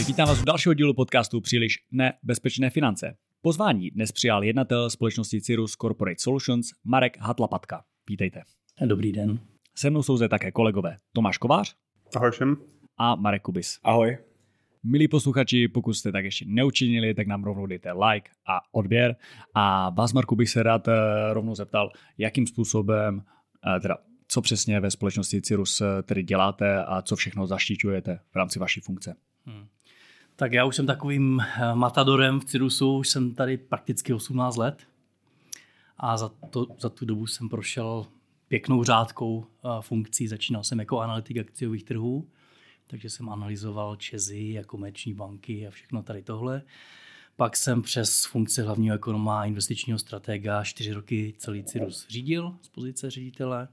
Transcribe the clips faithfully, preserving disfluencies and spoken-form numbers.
Vítám vás u dalšího dílu podcastu Příliš nebezpečné finance. Pozvání dnes přijal jednatel společnosti Cyrrus Corporate Solutions Marek Hatlapatka. Vítejte. Dobrý den. Se mnou jsou zde také kolegové Tomáš Kovář. Ahoj všem. A Marek Kubis. Ahoj. Milí posluchači, pokud jste tak ještě neučinili, tak nám rovnou dejte like a odběr. A vás, Marku, bych se rád rovnou zeptal, jakým způsobem, teda co přesně ve společnosti Cyrrus tedy děláte a co všechno zaštiťujete v rámci vaší funkce. Hmm. Tak já už jsem takovým matadorem v Cyrrusu, už jsem tady prakticky osmnáct let a za, to, za tu dobu jsem prošel pěknou řádkou funkcí. Začínal jsem jako analytik akciových trhů, takže jsem analyzoval ČEZy a komerční banky a všechno tady tohle. Pak jsem přes funkci hlavního ekonoma a investičního stratega čtyři roky celý Cyrrus řídil z pozice ředitele.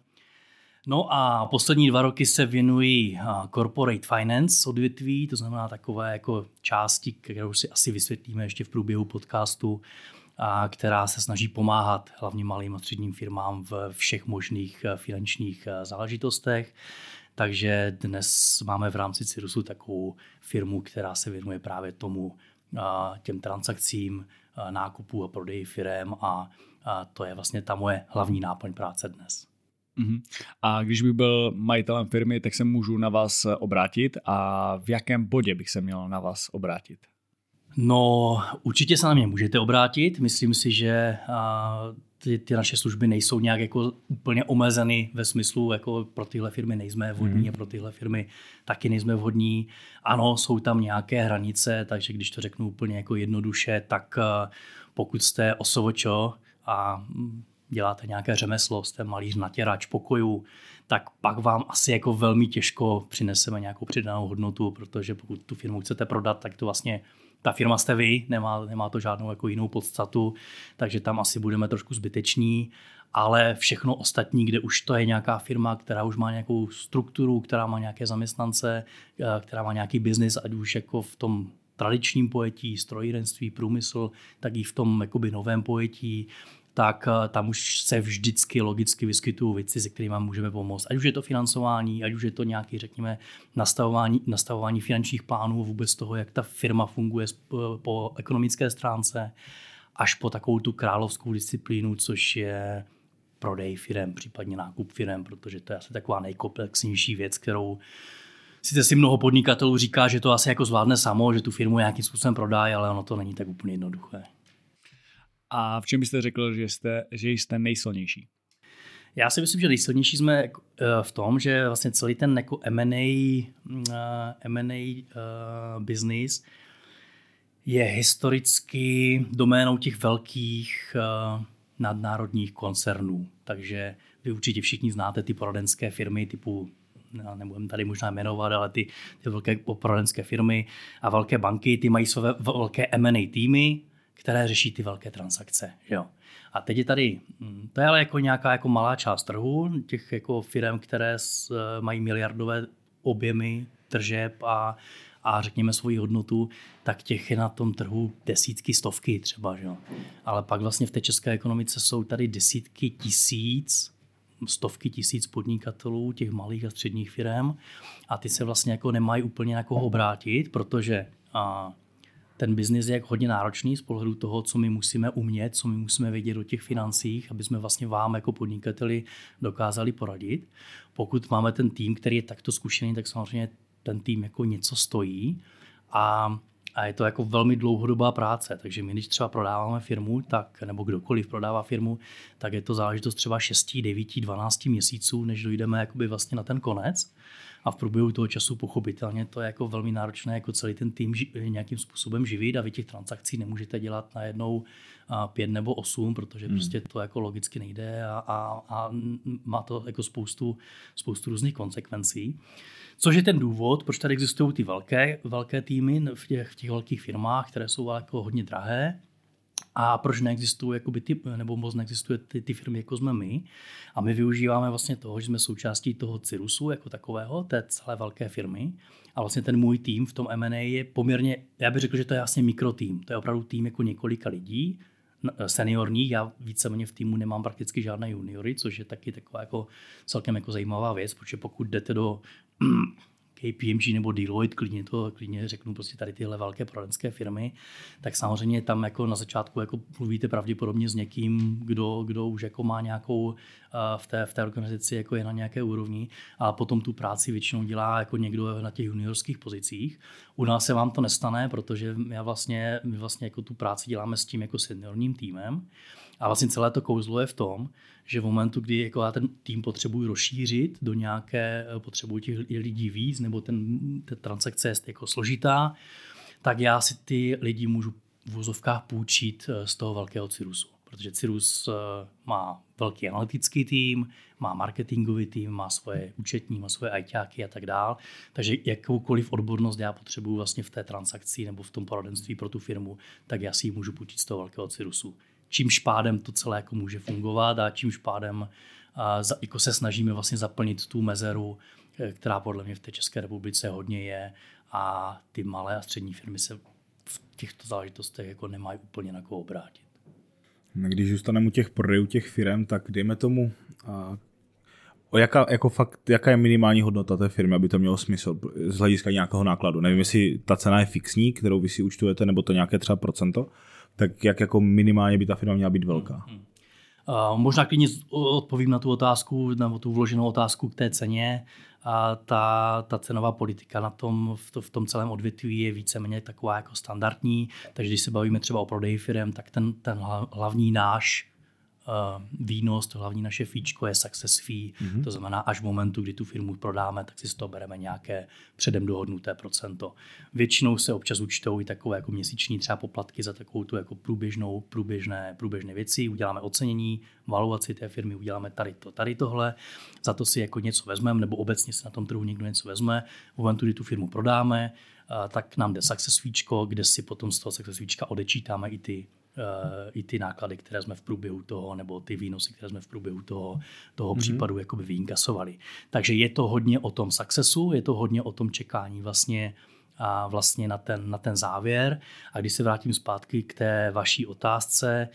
No a poslední dva roky se věnují corporate finance odvětví, to znamená takové jako části, kterou si asi vysvětlíme ještě v průběhu podcastu, a která se snaží pomáhat hlavně malým a středním firmám v všech možných finančních záležitostech. Takže dnes máme v rámci Cyrrusu takovou firmu, která se věnuje právě tomu, těm transakcím, nákupu a prodeji firem a to je vlastně ta moje hlavní náplň práce dnes. Uhum. A když bych byl majitelem firmy, tak se můžu na vás obrátit a v jakém bodě bych se měl na vás obrátit? No, určitě se na mě můžete obrátit. Myslím si, že ty, ty naše služby nejsou nějak jako úplně omezeny ve smyslu, jako pro tyhle firmy nejsme vhodní hmm. a pro tyhle firmy taky nejsme vhodní. Ano, jsou tam nějaké hranice, takže když to řeknu úplně jako jednoduše, tak pokud jste O S V Č a děláte nějaké řemeslo, jste malíř, natěrač pokojů, tak pak vám asi jako velmi těžko přineseme nějakou přidanou hodnotu, protože pokud tu firmu chcete prodat, tak to vlastně ta firma jste vy, nemá, nemá to žádnou jako jinou podstatu, takže tam asi budeme trošku zbyteční, ale všechno ostatní, kde už to je nějaká firma, která už má nějakou strukturu, která má nějaké zaměstnance, která má nějaký biznis, ať už jako v tom tradičním pojetí, strojírenství, průmysl, tak i v tom jakoby novém pojetí, tak tam už se vždycky logicky vyskytují věci, se kterými můžeme pomoct. Ať už je to financování, ať už je to nějaké, řekněme, nastavování, nastavování finančních plánů, vůbec toho, jak ta firma funguje po ekonomické stránce, až po takovou tu královskou disciplínu, což je prodej firem, případně nákup firem, protože to je asi taková nejkomplexnější věc, kterou sice si mnoho podnikatelů říká, že to asi jako zvládne samo, že tu firmu nějakým způsobem prodají, ale ono to není tak úplně jednoduché. A v čem byste řekl, že jste, že jste nejsilnější? Já si myslím, že nejsilnější jsme v tom, že vlastně celý ten jako M and A, M and A business je historicky doménou těch velkých nadnárodních koncernů. Takže vy určitě všichni znáte ty poradenské firmy typu, nebudeme tady možná jmenovat, ale ty, ty velké poradenské firmy a velké banky, ty mají své velké M and A týmy, které řeší ty velké transakce. Jo. A teď je tady, to je ale jako nějaká jako malá část trhu, těch jako firm, které mají miliardové objemy tržeb a, a řekněme svoji hodnotu, tak těch je na tom trhu desítky, stovky třeba. Jo. Ale pak vlastně v té české ekonomice jsou tady desítky tisíc, stovky tisíc podnikatelů, těch malých a středních firm a ty se vlastně jako nemají úplně na koho obrátit, protože a, ten biznis je jako hodně náročný z pohledu toho, co my musíme umět, co my musíme vědět o těch financích, aby jsme vlastně vám jako podnikateli dokázali poradit. Pokud máme ten tým, který je takto zkušený, tak samozřejmě ten tým jako něco stojí a, a je to jako velmi dlouhodobá práce. Takže my, když třeba prodáváme firmu, tak, nebo kdokoliv prodává firmu, tak je to záležitost třeba šest, devět, dvanáct měsíců, než dojdeme jakoby vlastně na ten konec. A v průběhu toho času pochopitelně to je jako velmi náročné jako celý ten tým ži- nějakým způsobem živit a vy těch transakcí nemůžete dělat najednou pět nebo osm, protože hmm. prostě to jako logicky nejde a, a, a má to jako spoustu, spoustu různých konsekvencí. Což je ten důvod, proč tady existují ty velké, velké týmy v těch, v těch velkých firmách, které jsou jako hodně drahé. A proč neexistují jakoby ty, nebo moc neexistuje ty, ty firmy, jako jsme my. A my využíváme vlastně toho, že jsme součástí toho Cyrrusu jako takového, té celé velké firmy. A vlastně ten můj tým v tom M and A je poměrně, já bych řekl, že to je vlastně mikrotým. To je opravdu tým jako několika lidí, seniorních. Já víceméně v týmu nemám prakticky žádné juniory, což je taky taková jako celkem jako zajímavá věc, protože pokud jdete do K P M G nebo Deloitte, klidně to klidně řeknu prostě tady tyhle velké poradenské firmy, tak samozřejmě tam jako na začátku jako mluvíte pravděpodobně s někým, kdo, kdo už jako má nějakou v té, v té organizaci jako je na nějaké úrovni, a potom tu práci většinou dělá jako někdo na těch juniorských pozicích. U nás se vám to nestane, protože já vlastně, my vlastně jako tu práci děláme s tím jako seniorním týmem. A vlastně celé to kouzlo je v tom, že v momentu, kdy jako já ten tým potřebuji rozšířit do nějaké, potřebuji těch lidí víc, nebo ten, ta transakce je jako složitá, tak já si ty lidi můžu v úzovkách půjčit z toho velkého Cirusu. Protože Cirrus má velký analytický tým, má marketingový tým, má svoje účetní, má svoje ajťáky a tak dál. Takže jakoukoliv odbornost já potřebuji vlastně v té transakci nebo v tom poradenství pro tu firmu, tak já si ji můžu půjčit z toho velkého Cirrusu. Čímž pádem to celé jako může fungovat a čímž pádem a, za, jako se snažíme vlastně zaplnit tu mezeru, která podle mě v té České republice hodně je, a ty malé a střední firmy se v těchto záležitostech jako nemají úplně na koho obrátit. Když zůstaneme u těch prodejů těch firm, tak dejme tomu, a, o jaká, jako fakt, jaká je minimální hodnota té firmy, aby to mělo smysl z hlediska nějakého nákladu. Nevím, jestli ta cena je fixní, kterou vy si účtujete, nebo to nějaké třeba procento, tak jak jako minimálně by ta firma měla být velká? Hmm, hmm. Uh, možná klidně odpovím na tu otázku, nebo tu vloženou otázku k té ceně. A ta, ta cenová politika na tom, v, to, v tom celém odvětví je víceméně taková jako standardní, takže když se bavíme třeba o prodeji firem, tak ten, ten hlavní náš uh, výnos, to hlavní naše fíčko je success fee, mm-hmm. to znamená až v momentu, kdy tu firmu prodáme, tak si z toho bereme nějaké předem dohodnuté procento. Většinou se občas účtou i takové jako měsíční třeba poplatky za takovou tu jako průběžnou, průběžné, průběžné věci, uděláme ocenění, valuaci té firmy, uděláme tady to, tady tohle, za to si jako něco vezmeme, nebo obecně si na tom trhu někdo něco vezme. V momentu, kdy tu firmu prodáme, tak nám jde success feečko, kde si potom z toho success feečka odečítáme i ty, i ty náklady, které jsme v průběhu toho, nebo ty výnosy, které jsme v průběhu toho, toho mm-hmm. případu jakoby vyinkasovali. Takže je to hodně o tom successu, je to hodně o tom čekání vlastně, a vlastně na ten, na ten závěr. A když se vrátím zpátky k té vaší otázce,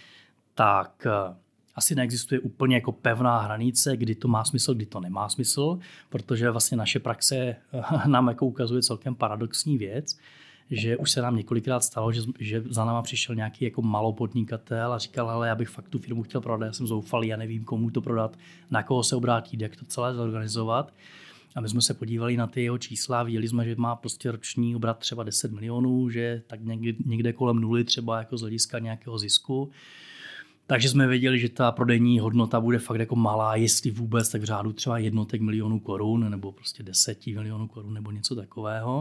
tak asi neexistuje úplně jako pevná hranice, kdy to má smysl, kdy to nemá smysl, protože vlastně naše praxe nám jako ukazuje celkem paradoxní věc, že už se nám několikrát stalo, že, že za náma přišel nějaký jako malopodnikatel a říkal, hele, já bych fakt tu firmu chtěl prodat, já jsem zoufalý, já nevím, komu to prodat, na koho se obrátit, jak to celé zorganizovat. A my jsme se podívali na ty jeho čísla, viděli jsme, že má prostě roční obrat třeba deset milionů, že tak někde, někde kolem nuly třeba jako z hlediska nějakého zisku. Takže jsme věděli, že ta prodejní hodnota bude fakt jako malá, jestli vůbec, tak v řádu třeba jednotek milionů korun nebo prostě deseti milionů korun nebo něco takového.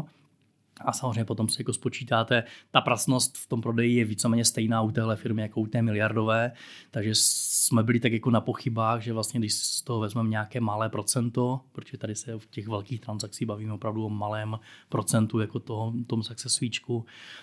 A samozřejmě potom si jako spočítáte, ta pracnost v tom prodeji je víceméně stejná u téhle firmy jako u té miliardové, takže jsme byli tak jako na pochybách, že vlastně když z toho vezmeme nějaké malé procento, protože tady se v těch velkých transakcích bavíme opravdu o malém procentu jako toho, tom success feečku,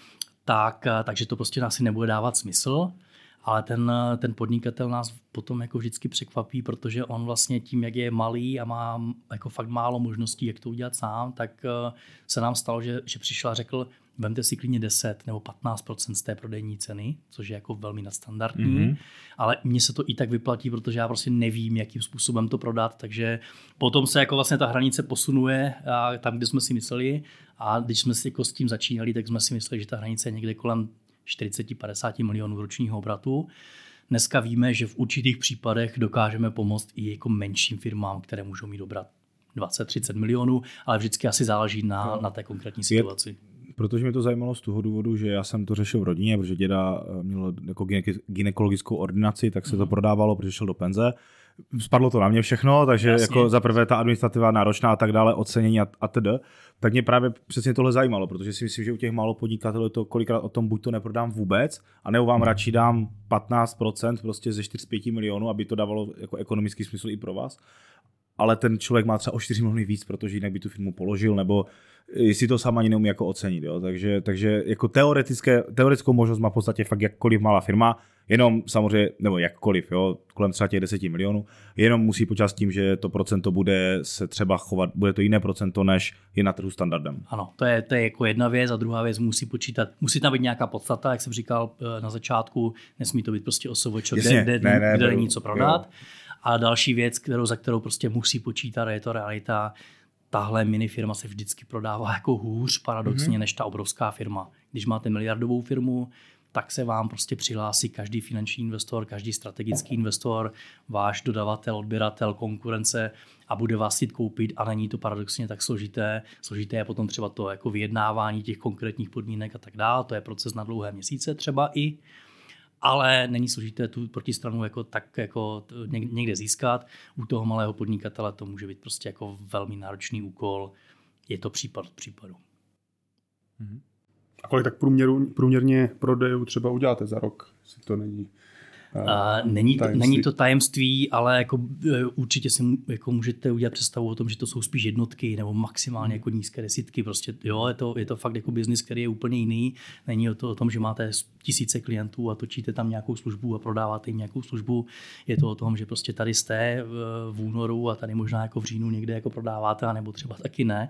tak, takže to prostě asi nebude dávat smysl. Ale ten, ten podnikatel nás potom jako vždycky překvapí, protože on vlastně tím, jak je malý a má jako fakt málo možností, jak to udělat sám, tak se nám stalo, že, že přišel a řekl, vemte si klidně deset nebo patnáct procent z té prodejní ceny, což je jako velmi nadstandardní, mm-hmm. ale mně se to i tak vyplatí, protože já prostě nevím, jakým způsobem to prodat, takže potom se jako vlastně ta hranice posunuje a tam, kde jsme si mysleli, a když jsme si jako s tím začínali, tak jsme si mysleli, že ta hranice je někde kolem čtyřicet padesát milionů ročního obratu. Dneska víme, že v určitých případech dokážeme pomoct i jako menším firmám, které můžou mít obrat dvacet třicet milionů, ale vždycky asi záleží na, no. na té konkrétní situaci. Je, protože mě to zajímalo z toho důvodu, že já jsem to řešil v rodině, protože děda měl jako gynekologickou ordinaci, tak se mm. to prodávalo, protože šel do penze. Spadlo to na mě všechno, takže Jasně. jako za prvé ta administrativa náročná a tak dále, ocenění a, a td. Tak mě právě přesně tohle zajímalo, protože si myslím, že u těch málo podnikatelů to kolikrát o tom buď to neprodám vůbec, anebo vám radši dám patnáct procent prostě ze čtyři z pěti milionů, aby to dávalo jako ekonomický smysl i pro vás. Ale ten člověk má třeba o čtyři miliony víc, protože jinak by tu firmu položil, nebo si to sám ani neumí jako ocenit. Jo? Takže, takže jako teoretické, teoretickou možnost má v podstatě fakt jakkoliv malá firma, jenom samozřejmě, nebo jakkoliv, jo, kolem třeba těch deseti milionů, jenom musí počítat s tím, že to procento bude se třeba chovat, bude to jiné procento, než je na trhu standardem. Ano, to je, to je jako jedna věc a druhá věc musí počítat, musí tam být nějaká podstata, jak jsem říkal na začátku, nesmí to být prostě osovočo, kde, kde, ne, ne, kde není co prodat. Jo. A další věc, kterou, za kterou prostě musí počítat, a je to realita, tahle minifirma se vždycky prodává jako hůř paradoxně, mm-hmm. než ta obrovská firma. Když máte miliardovou firmu, tak se vám prostě přihlásí každý finanční investor, každý strategický investor, váš dodavatel, odběratel, konkurence a bude vás chtít koupit a není to paradoxně tak složité. Složité je potom třeba to jako vyjednávání těch konkrétních podmínek a tak dále. To je proces na dlouhé měsíce třeba i, ale není složité tu protistranu jako tak jako někde získat. U toho malého podnikatele to může být prostě jako velmi náročný úkol. Je to případ případu. Mm-hmm. A kolik tak průměru, průměrně prodejů třeba uděláte za rok? Jestli to není, uh, není, to, není to tajemství, ale jako, určitě si jako můžete udělat představu o tom, že to jsou spíš jednotky nebo maximálně jako nízké desítky. Prostě, jo, je, to, je to fakt jako biznis, který je úplně jiný. Není to o tom, že máte tisíce klientů a točíte tam nějakou službu a prodáváte jim nějakou službu. Je to o tom, že prostě tady jste v, v únoru a tady možná jako v říjnu někde jako prodáváte, nebo třeba taky ne.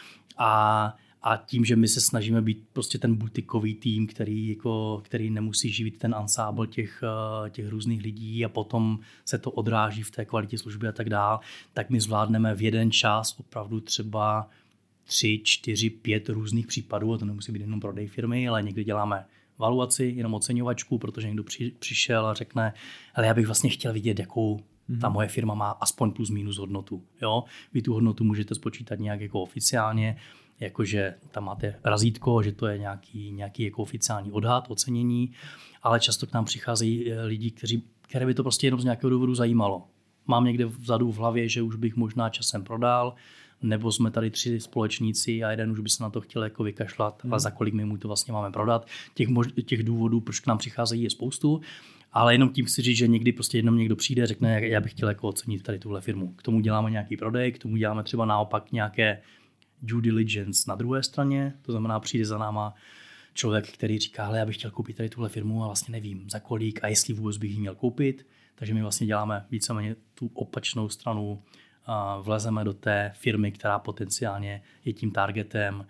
A A tím, že my se snažíme být prostě ten butikový tým, který, jako, který nemusí živit ten ansábl těch, těch různých lidí a potom se to odráží v té kvalitě služby a tak dál, tak my zvládneme v jeden čas opravdu třeba tři, čtyři, pět různých případů, a to nemusí být jenom prodej firmy, ale někdy děláme valuaci, jenom oceňovačku, protože někdo při, přišel a řekne, ale já bych vlastně chtěl vidět, jakou ta moje firma má aspoň plus minus hodnotu. Jo? Vy tu hodnotu můžete spočítat nějak jako oficiálně, jakože tam máte razítko, že to je nějaký, nějaký jako oficiální odhad, ocenění, ale často k nám přicházejí lidi, kteří, které by to prostě jenom z nějakého důvodu zajímalo. Mám někde vzadu v hlavě, že už bych možná časem prodal, nebo jsme tady tři společníci a jeden už by se na to chtěl jako vykašlat, hmm. ale za kolik my mu to vlastně máme prodat. Těch, mož- těch důvodů, proč k nám přicházejí, je spoustu, ale jenom tím chci říct, že někdy prostě jenom někdo přijde a řekne, já bych chtěl jako ocenit tady tuhle firmu. K tomu děláme nějaký prodej, k tomu děláme třeba naopak nějaké due diligence na druhé straně, to znamená přijde za náma člověk, který říká, hele, já bych chtěl koupit tady tuhle firmu a vlastně nevím za kolik a jestli vůbec bych ji měl koupit, takže my vlastně děláme víceméně tu opačnou stranu, a vlezeme do té firmy, která potenciálně je tím targetem,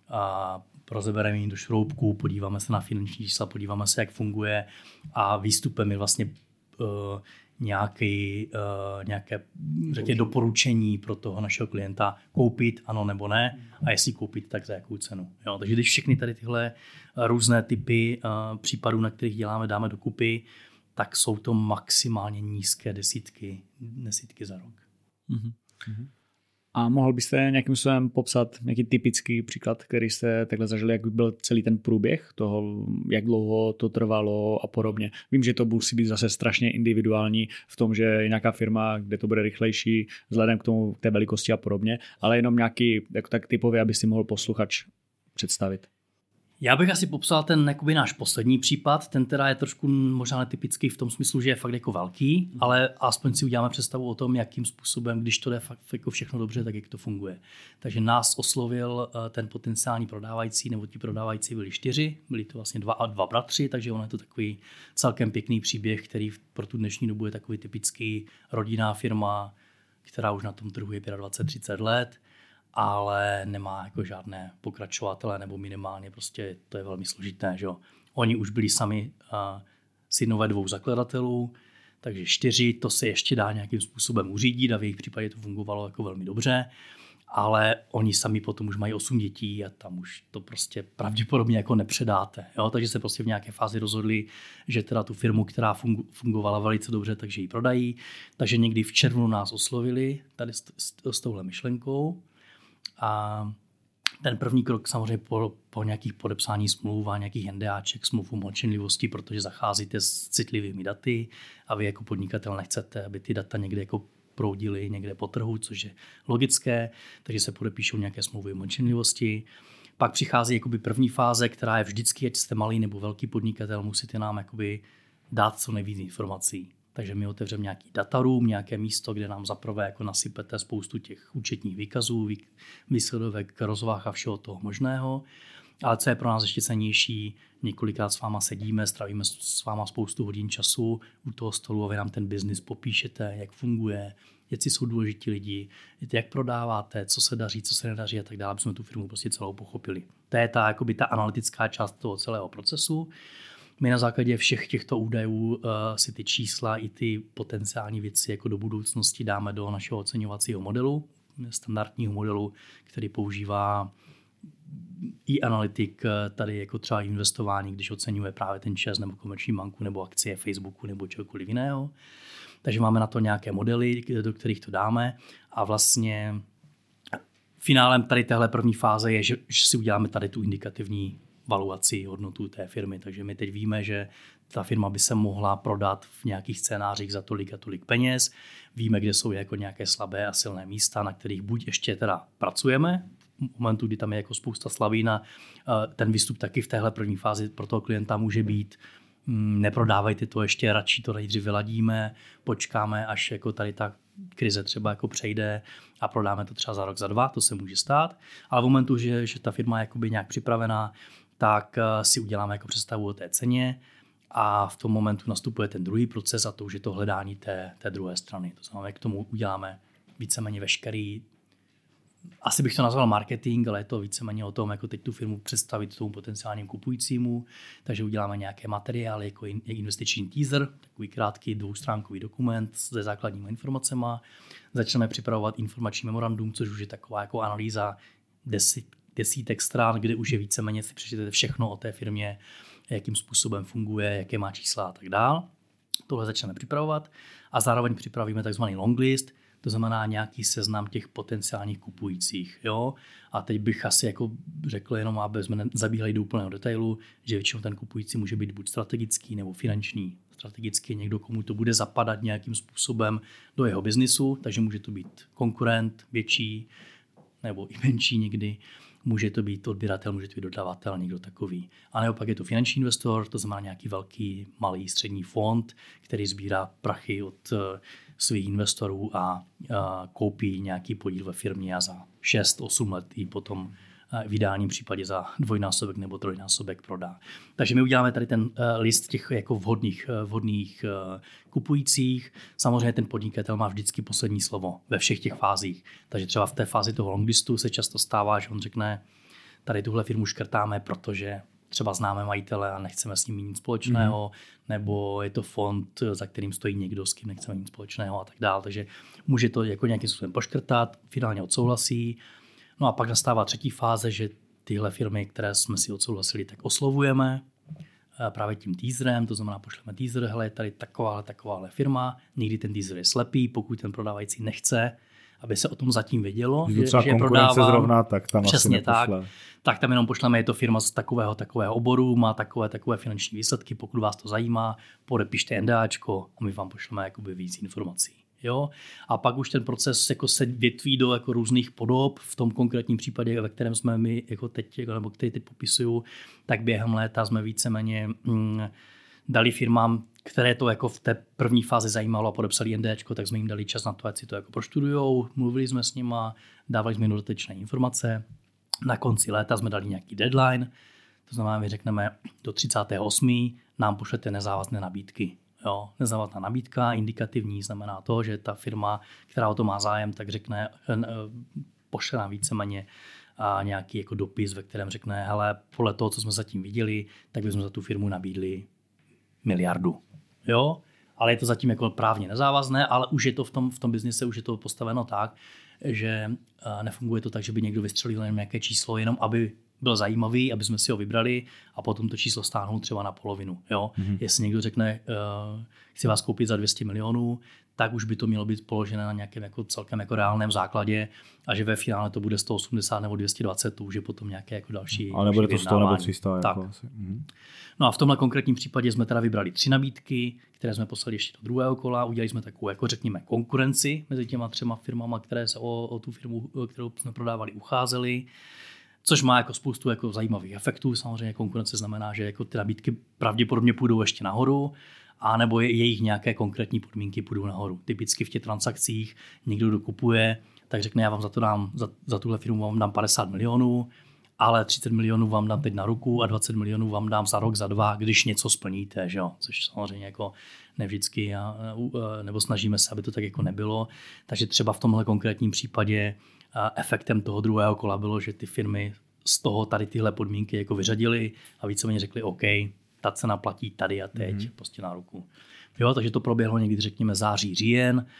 a rozebereme ji do šroubku, podíváme se na finanční čísla, podíváme se, jak funguje a výstupem je vlastně uh, nějaký, uh, nějaké řekně, doporučení pro toho našeho klienta koupit, ano nebo ne, a jestli koupit, tak za jakou cenu. Jo, takže když všechny tady tyhle různé typy uh, případů, na kterých děláme, dáme dokupy, tak jsou to maximálně nízké desítky, desítky za rok. Mm-hmm. A mohl byste nějakým způsobem popsat nějaký typický příklad, který jste takhle zažili, jak by byl celý ten průběh toho, jak dlouho to trvalo a podobně. Vím, že to musí být zase strašně individuální v tom, že je nějaká firma, kde to bude rychlejší vzhledem k tomu, k té velikosti a podobně, ale jenom nějaký jako tak typově, aby si mohl posluchač představit. Já bych asi popsal ten jakoby náš poslední případ, ten teda je trošku možná netypický v tom smyslu, že je fakt jako velký, ale aspoň si uděláme představu o tom, jakým způsobem, když to jde fakt jako všechno dobře, tak jak to funguje. Takže nás oslovil ten potenciální prodávající, nebo ti prodávající byli čtyři, byli to vlastně dva a dva bratři, takže ono je to takový celkem pěkný příběh, který pro tu dnešní dobu je takový typický rodinná firma, která už na tom trhu je dvacet pět třicet let, ale nemá jako žádné pokračovatele, nebo minimálně prostě to je velmi složité. Že jo? Oni už byli sami uh, synové dvou zakladatelů, takže čtyři, to se ještě dá nějakým způsobem uřídit a v jejich případě to fungovalo jako velmi dobře, ale oni sami potom už mají osm dětí a tam už to prostě pravděpodobně jako nepředáte. Jo? Takže se prostě v nějaké fázi rozhodli, že teda tu firmu, která fungu, fungovala velice dobře, takže ji prodají. Takže někdy v červnu nás oslovili tady s, s, s touhle myšlenkou. A ten první krok samozřejmě po, po nějakých podepsání smluv a nějakých NDAček, smluv o mlčenlivosti, protože zacházíte s citlivými daty a vy jako podnikatel nechcete, aby ty data někde jako proudily někde po trhu, což je logické, takže se podepíšou nějaké smlouvy o mlčenlivosti. Pak přichází jakoby první fáze, která je vždycky, ať jste malý nebo velký podnikatel, musíte nám jakoby dát co nejvíc informací. Takže my otevřeme nějaký dataroom, nějaké místo, kde nám zaprvé jako nasypete spoustu těch účetních výkazů, výsledovek, rozvah a všeho toho možného. Ale co je pro nás ještě cennější, několikrát s váma sedíme, strávíme s váma spoustu hodin času u toho stolu a vy nám ten biznis popíšete, jak funguje, jaký jsou důležití lidi, jak prodáváte, co se daří, co se nedaří a tak dále, aby jsme tu firmu prostě celou pochopili. To je ta, jakoby ta analytická část toho celého procesu. My na základě všech těchto údajů uh, si ty čísla i ty potenciální věci jako do budoucnosti dáme do našeho oceňovacího modelu. standardního modelu, který používá e-analytik tady jako třeba investování, když oceňuje právě ten ČEZ nebo Komerční banku nebo akcie Facebooku nebo čehokoliv jiného. Takže máme na to nějaké modely, do kterých to dáme a vlastně finálem tady téhle první fáze je, že, že si uděláme tady tu indikativní valuaci hodnotu té firmy. Takže my teď víme, že ta firma by se mohla prodat v nějakých scénářích za tolik a tolik peněz. Víme, kde jsou jako nějaké slabé a silné místa, na kterých buď ještě teda pracujeme, v momentu, kdy tam je jako spousta slavín a ten výstup taky v téhle první fázi pro toho klienta může být neprodávejte to ještě, radši to nejdřív vyladíme, počkáme, až jako tady ta krize třeba jako přejde a prodáme to třeba za rok, za dva, to se může stát. Ale v momentu, že, že ta firma je jakoby nějak připravená, tak si uděláme jako představu o té ceně a v tom momentu nastupuje ten druhý proces a to už je to hledání té, té druhé strany. To znamená, k tomu uděláme víceméně veškerý, asi bych to nazval marketing, ale je to víceméně o tom, jako teď tu firmu představit tomu potenciálním kupujícímu. Takže uděláme nějaké materiály, jako investiční teaser, takový krátký dvoustránkový dokument se základními informacemi. Začneme připravovat informační memorandum, což už je taková jako analýza desít, desítek stran, kde už je víceméně si přečtete všechno o té firmě, jakým způsobem funguje, jaké má čísla a tak dál. Tohle začneme připravovat a zároveň připravíme takzvaný longlist, to znamená nějaký seznam těch potenciálních kupujících. Jo? A teď bych asi jako řekl jenom, aby jsme zabíhali do úplného detailu, že většinou ten kupující může být buď strategický nebo finanční. Strategicky někdo, komu to bude zapadat nějakým způsobem do jeho biznisu, takže může to být konkurent větší nebo i menší někdy. Může to být odběratel, může to být dodavatel, někdo takový. A nebo pak je to finanční investor, to znamená nějaký velký, malý, střední fond, který sbírá prachy od svých investorů a, a koupí nějaký podíl ve firmě a za šest osm let i potom v ideálním případě za dvojnásobek nebo trojnásobek prodá. Takže my uděláme tady ten list těch jako vhodných, vhodných kupujících. Samozřejmě ten podnikatel má vždycky poslední slovo ve všech těch fázích. Takže třeba v té fázi toho longlistu se často stává, že on řekne, tady tuhle firmu škrtáme, protože třeba známe majitele a nechceme s ním mít nic společného, mm. nebo je to fond, za kterým stojí někdo, s kým nechceme nic společného a tak dále. Takže může to jako nějakým způsobem poškrtat, finálně odsouhlasí. No a pak nastává třetí fáze, že tyhle firmy, které jsme si odsouhlasili, tak oslovujeme právě tím teaserem, to znamená pošleme teaser, hele, je tady takováhle, takováhle firma, někdy ten teaser je slepý, pokud ten prodávající nechce, aby se o tom zatím vědělo, že, že je prodávám. Zrovna, tak tam přesně tak, tak tam jenom pošleme, je to firma z takového, takového oboru, má takové, takové finanční výsledky, pokud vás to zajímá, podepište NDAčko a my vám pošleme jakoby víc informací. Jo? A pak už ten proces jako se větví do jako různých podob. V tom konkrétním případě, ve kterém jsme my jako teď, nebo který teď popisuju, tak během léta jsme víceméně mm, dali firmám, které to jako v té první fázi zajímalo a podepsali NDAčko, tak jsme jim dali čas na to, ať si to jako proštudujou, mluvili jsme s nima, dávali jsme jim dodatečné informace. Na konci léta jsme dali nějaký deadline, to znamená, my řekneme do třicátého osmého nám pošlete nezávazné nabídky. Jo, nezávazná nabídka, indikativní, znamená to, že ta firma, která o to má zájem, tak řekne, pošle nám víceméně a nějaký jako dopis, ve kterém řekne, hele, podle toho, co jsme zatím viděli, tak bychom za tu firmu nabídli miliardu. Jo, ale je to zatím jako právně nezávazné, ale už je to v tom, v tom biznise, už je to postaveno tak, že nefunguje to tak, že by někdo vystřelil jen nějaké číslo, jenom aby byl zajímavý, aby jsme si ho vybrali a potom to číslo stáhnout třeba na polovinu. Jo? Mm-hmm. Jestli někdo řekne, uh, chci vás koupit za dvě stě milionů, tak už by to mělo být položené na nějakém jako celkem jako reálném základě a že ve finále to bude sto osmdesát nebo dvě stě dvacet, to už je potom nějaké jako další. Ale nebude to sto nebo tři sta. Tak. Jako asi. Mm-hmm. No a v tomhle konkrétním případě jsme teda vybrali tři nabídky, které jsme poslali ještě do druhého kola. Udělali jsme takovou, jako řekněme, konkurenci mezi těma třema firmama, které se o, o tu firmu, kterou jsme prodávali, ucházely. Což má jako spoustu jako zajímavých efektů. Samozřejmě konkurence znamená, že jako ty nabídky pravděpodobně půjdou ještě nahoru, a nebo je, jejich nějaké konkrétní podmínky půjdou nahoru. Typicky v těch transakcích někdo dokupuje, tak řekne, já vám za to dám, za, za tuhle firmu vám dám padesát milionů, ale třicet milionů vám dám teď na ruku a dvacet milionů vám dám za rok, za dva, když něco splníte, že jo? Což samozřejmě jako nevždycky, a, nebo snažíme se, aby to tak jako nebylo. Takže třeba v tomhle konkrétním případě efektem toho druhého kola bylo, že ty firmy z toho tady tyhle podmínky jako vyřadily a víceméně řekli OK, ta cena platí tady a teď, mm-hmm. prostě na ruku. Jo, takže to proběhlo někdy, řekněme, září, říjen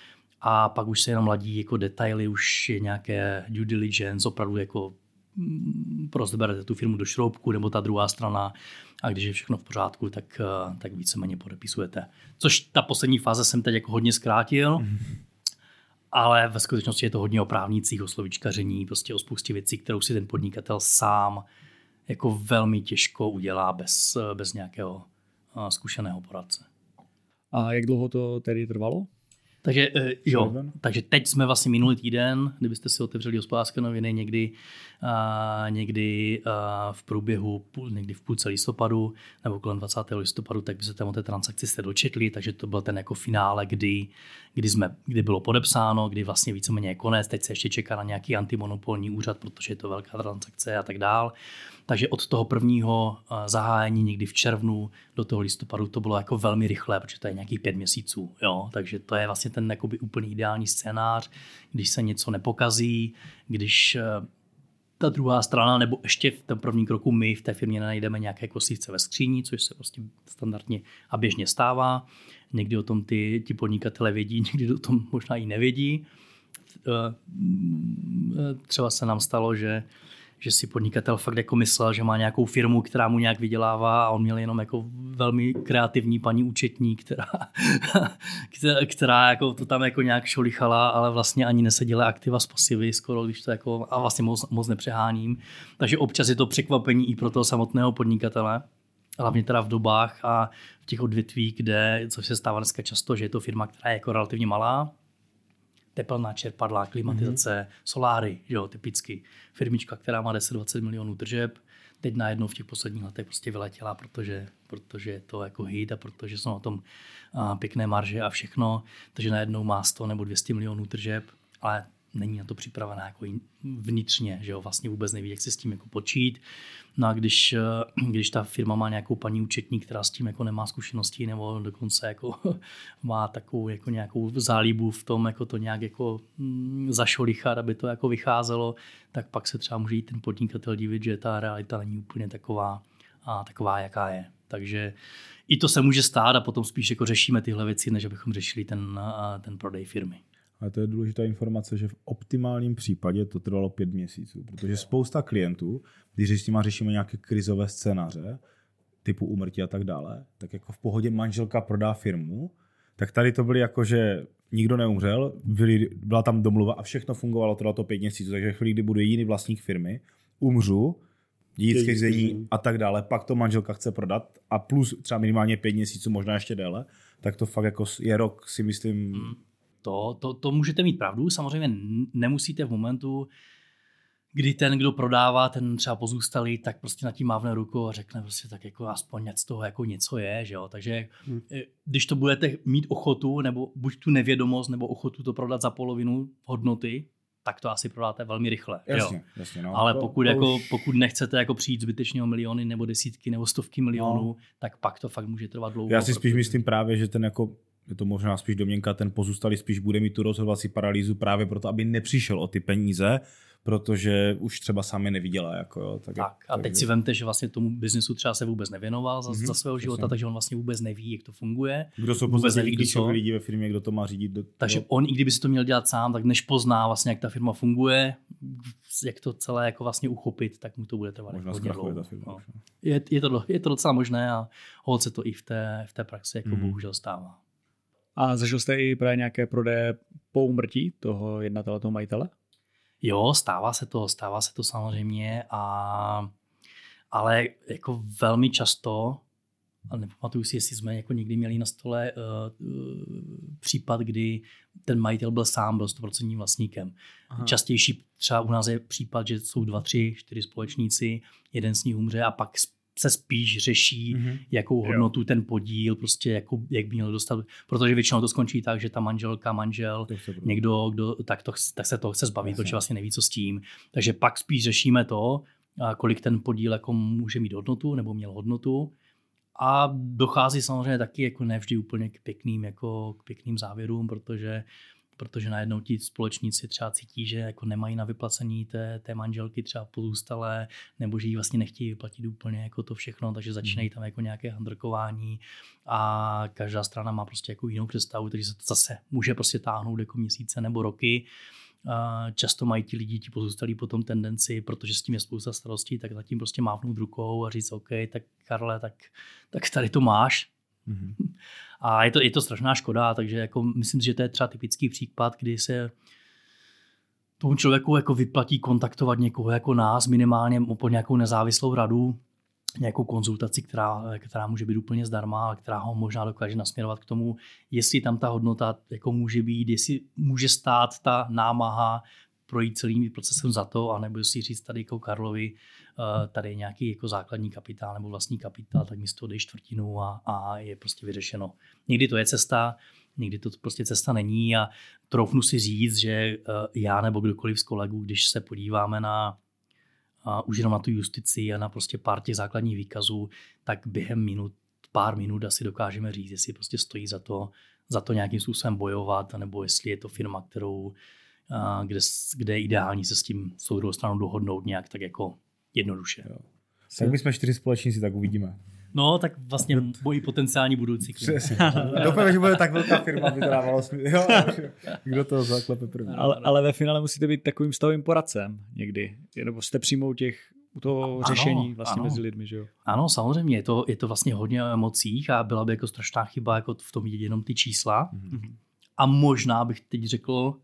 a pak už se jenom ladí jako detaily, už je nějaké due diligence, opravdu jako prostě berete tu firmu do šroubku, nebo ta druhá strana, a když je všechno v pořádku, tak, tak víceméně podepisujete. Což ta poslední fáze jsem teď jako hodně zkrátil, mm. ale ve skutečnosti je to hodně o právnících, o slovíčkaření, prostě o spoustě věcí, kterou si ten podnikatel sám jako velmi těžko udělá bez, bez nějakého zkušeného poradce. A jak dlouho to tedy trvalo? Takže jo, takže teď jsme vlastně minulý týden, kdybyste si otevřeli Hospodářské noviny někdy, uh, někdy uh, v průběhu, půl, někdy v půlce listopadu nebo kolem dvacátého listopadu, tak by se tam o té transakci jste dočetli, takže to byl ten jako finále, kdy, kdy, jsme, kdy bylo podepsáno, kdy vlastně víceméně je konec, teď se ještě čeká na nějaký antimonopolní úřad, protože je to velká transakce a tak dál. Takže od toho prvního zahájení někdy v červnu do toho listopadu to bylo jako velmi rychlé, protože to je nějakých pět měsíců. Jo? Takže to je vlastně ten jakoby úplně ideální scénář, když se něco nepokazí, když ta druhá strana, nebo ještě v tom prvním kroku my v té firmě najdeme nějaké kosívce ve skříni, což se prostě standardně a běžně stává. Někdy o tom ty, ti podnikatelé vědí, někdy o tom možná i nevědí. Třeba se nám stalo, že že si podnikatel fakt jako myslel, že má nějakou firmu, která mu nějak vydělává, a on měl jenom jako velmi kreativní paní účetní, která, která, která jako to tam jako nějak šolichala, ale vlastně ani neseděla aktiva z pasivy skoro, když to jako, a vlastně moc, moc nepřeháním. Takže občas je to překvapení i pro toho samotného podnikatele, hlavně teda v dobách a v těch odvětvích, kde, co se stává dneska často, že je to firma, která je jako relativně malá, tepelná čerpadla, klimatizace, mm-hmm. soláry, jo, typicky. Firmička, která má deset dvacet milionů tržeb, teď najednou v těch posledních letech prostě vyletěla, protože, protože je to jako hit a protože jsou na tom a, pěkné marže a všechno, takže najednou má sto nebo dvě stě milionů tržeb, ale není na to připravená jako vnitřně, že jo, vlastně vůbec neví, jak se s tím jako počít. No a když, když ta firma má nějakou paní účetní, která s tím jako nemá zkušenosti, nebo dokonce jako má takovou jako nějakou zálíbu v tom, jako to nějak jako zašolichat, aby to jako vycházelo, tak pak se třeba může jít ten podnikatel divit, že ta realita není úplně taková, a taková, jaká je. Takže i to se může stát a potom spíš jako řešíme tyhle věci, než abychom řešili ten, ten prodej firmy. Ale to je důležitá informace, že v optimálním případě to trvalo pět měsíců, protože spousta klientů, když s nima řešíme nějaké krizové scénáře, typu úmrtí a tak dále, tak jako v pohodě manželka prodá firmu, tak tady to byly jako, že nikdo neumřel, byly, byla tam domluva a všechno fungovalo, trvalo to pět měsíců, takže ve chvíli, kdy bude jiný vlastník firmy, umřu, dědické řízení a tak dále, pak to manželka chce prodat a plus třeba minimálně pět měsíců, možná ještě déle, tak to fakt jako je rok, si myslím... Hmm. To, to, to můžete mít pravdu, samozřejmě nemusíte v momentu, kdy ten, kdo prodává, ten třeba pozůstalý, tak prostě nad tím mávne rukou a řekne prostě tak jako aspoň z toho jako něco je, že jo. Takže hmm. když to budete mít ochotu, nebo buď tu nevědomost, nebo ochotu to prodat za polovinu hodnoty, tak to asi prodáte velmi rychle. Jasně, jo. jasně, no. Ale to, pokud, to jako, už... pokud nechcete jako přijít zbytečně o miliony nebo desítky nebo stovky milionů, no. tak pak to fakt může trvat dlouho. Já si spíš protože... myslím právě, že ten jako je to možná spíš domněnka, ten pozůstalý spíš bude mít tu rozhodovací paralýzu právě proto, aby nepřišel o ty peníze, protože už třeba sám je nevydělá. Jako, jo, tak, tak a teď takže... si vemte, že vlastně tomu biznesu třeba se vůbec nevěnoval za, mm-hmm, za svého života, takže on vlastně vůbec neví, jak to funguje. Kdo jsou vůbec neví, klíčoví lidi ve firmě, kdo to má řídit. Do, takže do... on, i kdyby si to měl dělat sám, tak než pozná vlastně, jak ta firma funguje, jak to celé jako vlastně uchopit, tak mu to bude trvat možná hodně dlouho. Ta firma, no. je, je, to, je to docela možné a holce to i v té, v té praxi jako mm. bohužel stává. A zažil jste i právě nějaké prodeje po úmrtí toho jednatele, toho majitele? Jo, stává se to, stává se to samozřejmě, a, ale jako velmi často, ale nepamatuju si, jestli jsme jako někdy měli na stole uh, uh, případ, kdy ten majitel byl sám, byl sto procent vlastníkem. Aha. Častější třeba u nás je případ, že jsou dva, tři, čtyři společníci, jeden z nich umře a pak se spíš řeší, mm-hmm. jakou hodnotu jo. ten podíl, prostě jakou, jak by měl dostat, protože většinou to skončí tak, že ta manželka, manžel, někdo, kdo, tak, to, tak se toho chce zbavit, protože vlastně neví, co s tím. Takže pak spíš řešíme to, kolik ten podíl jako může mít hodnotu, nebo měl hodnotu. A dochází samozřejmě taky jako nevždy úplně k pěkným, jako k pěkným závěrům, protože protože najednou ti společníci třeba cítí, že jako nemají na vyplacení té, té manželky třeba pozůstalé, nebo že jí vlastně nechtějí vyplatit úplně jako to všechno, takže začínají tam jako nějaké handrkování a každá strana má prostě jako jinou představu, takže se to zase může prostě táhnout jako měsíce nebo roky. Často mají ti lidi, ti pozůstalí potom tendenci, protože s tím je spousta starostí, tak zatím prostě mávnout rukou a říct OK, tak Karle, tak, tak tady to máš. Mm-hmm. A je to, je to strašná škoda, takže jako myslím, že to je třeba typický případ, kdy se tomu člověku jako vyplatí kontaktovat někoho jako nás, minimálně po nějakou nezávislou radu, nějakou konzultaci, která, která může být úplně zdarma, ale která ho možná dokáže nasměrovat k tomu, jestli tam ta hodnota jako může být, jestli může stát ta námaha projít celým procesem za to, anebo si říct tady jako Karlovi, tady je nějaký jako základní kapitál nebo vlastní kapitál, tak místo dej čtvrtinu a, a je prostě vyřešeno. Někdy to je cesta, někdy to prostě cesta není a troufnu si říct, že já nebo kdokoliv z kolegů, když se podíváme na a už jenom na tu justici a na prostě pár těch základních výkazů, tak během minut, pár minut asi dokážeme říct, jestli prostě stojí za to, za to nějakým způsobem bojovat, nebo jestli je to firma, kterou, kde, kde je ideální se s tím s tou druhou stranou dohodnout nějak tak jako jednoduše. Jo. Tak my jsme čtyři společníci, tak uvidíme. No, tak vlastně bojí potenciální budoucí klient. Doufám, že bude tak velká firma, aby to dávalo smysl. Kdo to zaklepe první. Ale, ale ve finále musíte být takovým stavým poradcem někdy. Nebo jste přímo u těch u toho ano, řešení vlastně ano. mezi lidmi, že jo? Ano, samozřejmě. Je to, je to vlastně hodně o emocích a byla by jako strašná chyba jako v tom vidět jenom ty čísla. Mm-hmm. A možná bych teď řekl,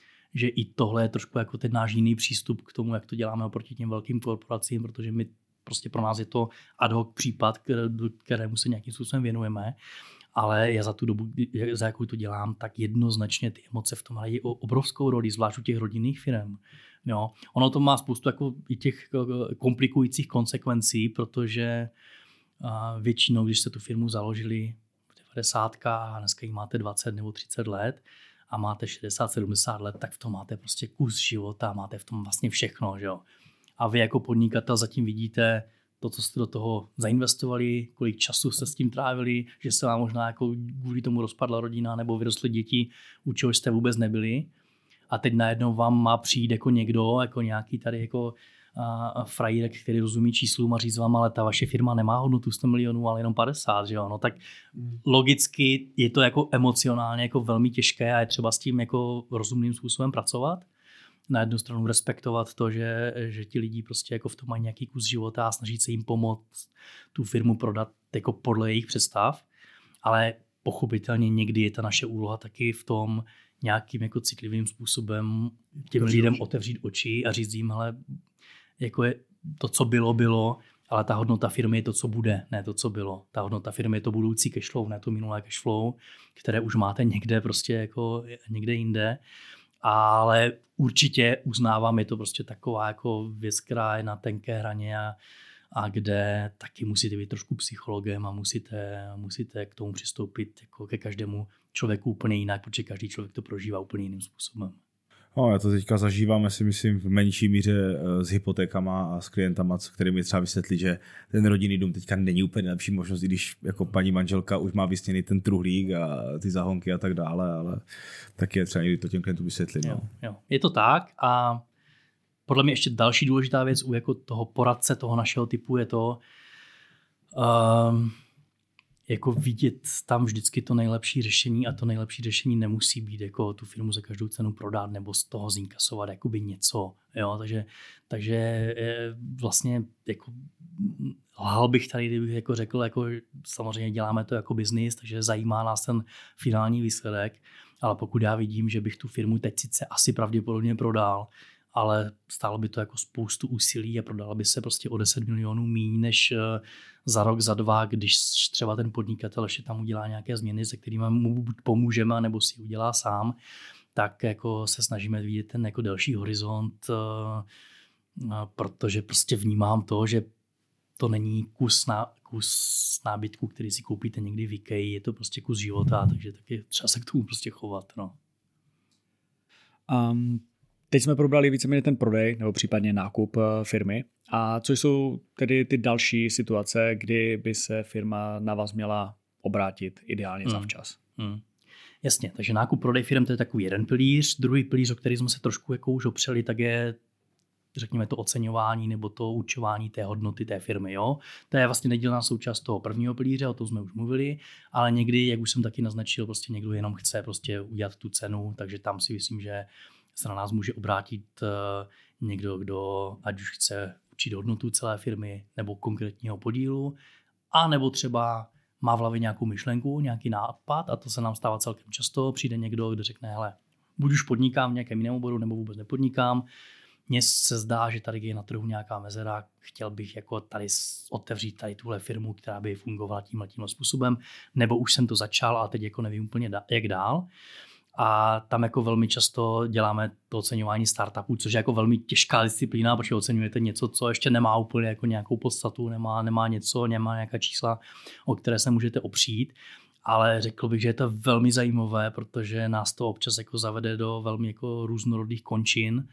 že i tohle je trošku jako ten náš jiný přístup k tomu, jak to děláme oproti těm velkým korporacím, protože my prostě pro nás je to ad hoc případ, kterému se nějakým způsobem věnujeme, ale já za tu dobu, za jakou to dělám, tak jednoznačně ty emoce v tom hrají obrovskou roli, zvlášť u těch rodinných firm. Jo. Ono to má spoustu jako i těch komplikujících konsekvencí, protože většinou, když jste tu firmu založili v devadesátkách a dneska jí máte dvacet nebo třicet let a máte šedesát sedmdesát let, tak v tom máte prostě kus života, máte v tom vlastně všechno, že jo. A vy jako podnikatel zatím vidíte to, co jste do toho zainvestovali, kolik času jste s tím trávili, že se vám možná jako kvůli tomu rozpadla rodina nebo vyrostly děti, u čeho jste vůbec nebyli. A teď najednou vám má přijít jako někdo, jako nějaký tady jako a, frajírek, který rozumí číslům a říct vám, ale ta vaše firma nemá hodnotu sto milionů, ale jenom padesát, že jo. No tak logicky je to jako emocionálně jako velmi těžké a je třeba s tím jako rozumným způsobem pracovat. Na jednu stranu respektovat to, že, že ti lidi prostě jako v tom mají nějaký kus života a snaží se jim pomoct tu firmu prodat jako podle jejich představ, ale pochopitelně někdy je ta naše úloha taky v tom nějakým jako citlivým způsobem těm to lidem otevřít oči a říct jim, hele, jako je to, co bylo, bylo, ale ta hodnota firmy je to, co bude, ne to, co bylo. Ta hodnota firmy je to budoucí cashflow, ne to minulé cashflow, které už máte někde prostě jako někde jinde. Ale určitě uznávám, je to prostě taková jako věc, která je na tenké hraně a, a kde taky musíte být trošku psychologem a musíte, musíte k tomu přistoupit jako ke každému člověku úplně jinak, protože každý člověk to prožívá úplně jiným způsobem. No, já to teďka zažíváme si myslím v menší míře s hypotékama a s klientama, s kterými třeba vysvětlit, že ten rodinný dům teďka není úplně nejlepší možnost, i když jako paní manželka už má vysněný ten truhlík a ty zahonky a tak dále, ale tak je třeba někdy to těm klientům vysvětlit. No. Jo, jo. Je to tak a podle mě ještě další důležitá věc u jako toho poradce toho našeho typu je to um, jako vidět tam vždycky to nejlepší řešení a to nejlepší řešení nemusí být jako tu firmu za každou cenu prodat nebo z toho zinkasovat jakoby něco. Jo? Takže, takže vlastně jako lhal bych tady, kdybych jako řekl, jako samozřejmě děláme to jako biznis, takže zajímá nás ten finální výsledek, ale pokud já vidím, že bych tu firmu teď sice asi pravděpodobně prodal, ale stálo by to jako spoustu úsilí a prodala by se prostě o deset milionů míň než za rok, za dva, když třeba ten podnikatel ještě tam udělá nějaké změny, se kterými mu buď pomůžeme, nebo si udělá sám, tak jako se snažíme vidět ten jako delší horizont, protože prostě vnímám to, že to není kus, ná, kus nábytku, který si koupíte někdy v IKEA, je to prostě kus života, takže taky třeba se k tomu prostě chovat. No. Um... Teď jsme probrali víceméně ten prodej nebo případně nákup firmy. A co jsou tedy ty další situace, kdy by se firma na vás měla obrátit ideálně hmm. zavčas? Hmm. Jasně, takže nákup prodej firm to je takový jeden pilíř. Druhý pilíř, o který jsme se trošku jako už opřeli, tak je řekněme to oceňování nebo to určování té hodnoty té firmy. Jo? To je vlastně nedílná součást toho prvního pilíře, o tom jsme už mluvili, ale někdy, jak už jsem taky naznačil, prostě někdo jenom chce prostě udělat tu cenu, takže tam si myslím, že se na nás může obrátit někdo, kdo ať už chce určit hodnotu celé firmy nebo konkrétního podílu, a nebo třeba má v hlavě nějakou myšlenku, nějaký nápad, a to se nám stává celkem často. Přijde někdo, kdo řekne, hele, buď už podnikám v nějakém jiném oboru, nebo vůbec nepodnikám. Mně se zdá, že tady je na trhu nějaká mezera, chtěl bych jako tady otevřít tady tuhle firmu, která by fungovala tímhle tímhle způsobem, nebo už jsem to začal a teď jako nevím úplně jak dál. A tam jako velmi často děláme to oceňování startupů, což je jako velmi těžká disciplína, protože oceňujete něco, co ještě nemá úplně jako nějakou podstatu, nemá, nemá něco, nemá nějaká čísla, o které se můžete opřít. Ale řekl bych, že je to velmi zajímavé, protože nás to občas jako zavede do velmi jako různorodých končin.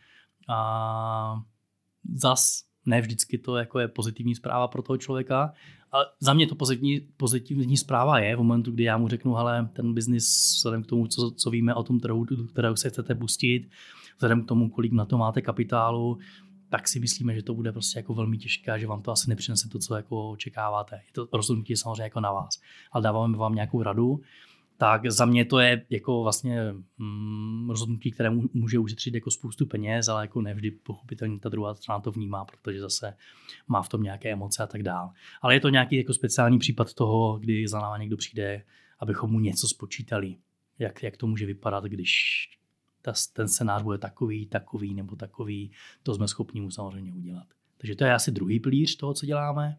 A zas ne vždycky to jako je pozitivní zpráva pro toho člověka, ale za mě to pozitivní, pozitivní zpráva je v momentu, kdy já mu řeknu, hele, ten biznis vzhledem k tomu, co, co víme o tom trhu, do kterého se chcete pustit, vzhledem k tomu, kolik na to máte kapitálu, tak si myslíme, že to bude prostě jako velmi těžké a že vám to asi nepřinese to, co jako očekáváte. Je to rozhodnutí samozřejmě jako na vás, ale dáváme vám nějakou radu. Tak za mě to je jako vlastně mm, rozhodnutí, které může ušetřit jako spoustu peněz, ale jako nevždy pochopitelně ta druhá strana to vnímá, protože zase má v tom nějaké emoce a tak dál. Ale je to nějaký jako speciální případ toho, kdy za náma někdo přijde, abychom mu něco spočítali. Jak, jak to může vypadat, když ta, ten scénář bude takový, takový nebo takový. To jsme schopni mu samozřejmě udělat. Takže to je asi druhý pilíř toho, co děláme.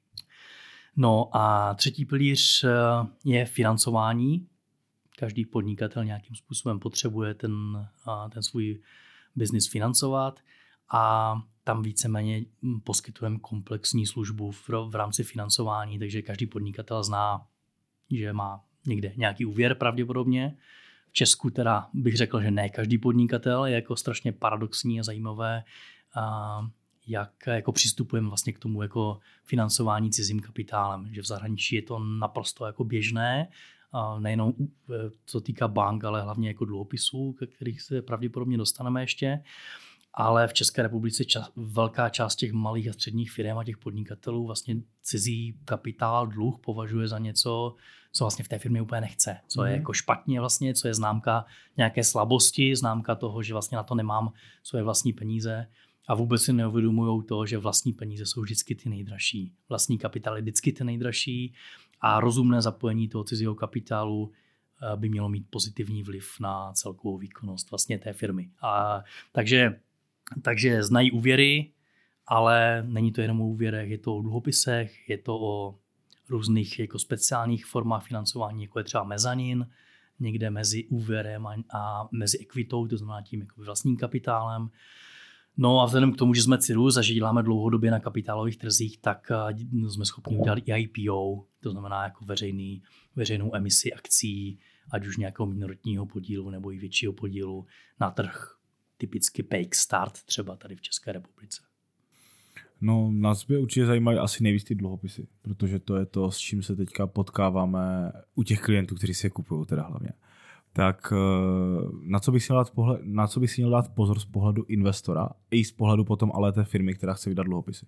No a třetí pilíř je financování. Každý podnikatel nějakým způsobem potřebuje ten, ten svůj biznis financovat a tam víceméně poskytujeme komplexní službu v, v rámci financování, takže každý podnikatel zná, že má někde nějaký úvěr pravděpodobně. V Česku teda bych řekl, že ne každý podnikatel, je jako strašně paradoxní a zajímavé, a jak jako přistupujeme vlastně k tomu jako financování cizím kapitálem, že v zahraničí je to naprosto jako běžné, nejenom co týká bank, ale hlavně jako dluhopisů, ke kterých se pravděpodobně dostaneme ještě, ale v České republice ča- velká část těch malých a středních firm a těch podnikatelů vlastně cizí kapitál, dluh považuje za něco, co vlastně v té firmě úplně nechce, co je jako špatně vlastně, co je známka nějaké slabosti, známka toho, že vlastně na to nemám svoje vlastní peníze. A vůbec si neuvědomují to, že vlastní peníze jsou vždycky ty nejdražší. Vlastní kapitál je vždycky ty nejdražší a rozumné zapojení toho cizího kapitálu by mělo mít pozitivní vliv na celkovou výkonnost vlastně té firmy. A takže, takže znají úvěry, ale není to jenom o úvěrech, je to o dluhopisech, je to o různých jako speciálních formách financování, jako je třeba mezanin, někde mezi úvěrem a, a mezi ekvitou, to znamená tím jako vlastním kapitálem. No a vzhledem k tomu, že jsme Cirrus a že děláme dlouhodobě na kapitálových trzích, tak jsme schopni udělat i I P O, to znamená jako veřejný, veřejnou emisi akcí, ať už nějakého minoritního podílu nebo i většího podílu na trh. Typicky Pake Start třeba tady v České republice. No, nás by určitě zajímaly asi nejvíc ty dluhopisy, protože to je to, s čím se teďka potkáváme u těch klientů, kteří si je kupují teda hlavně. Tak na co bych si měl dát, pohled, na co bych si měl dát pozor z pohledu investora i z pohledu potom ale té firmy, která chce vydat dluhopisy?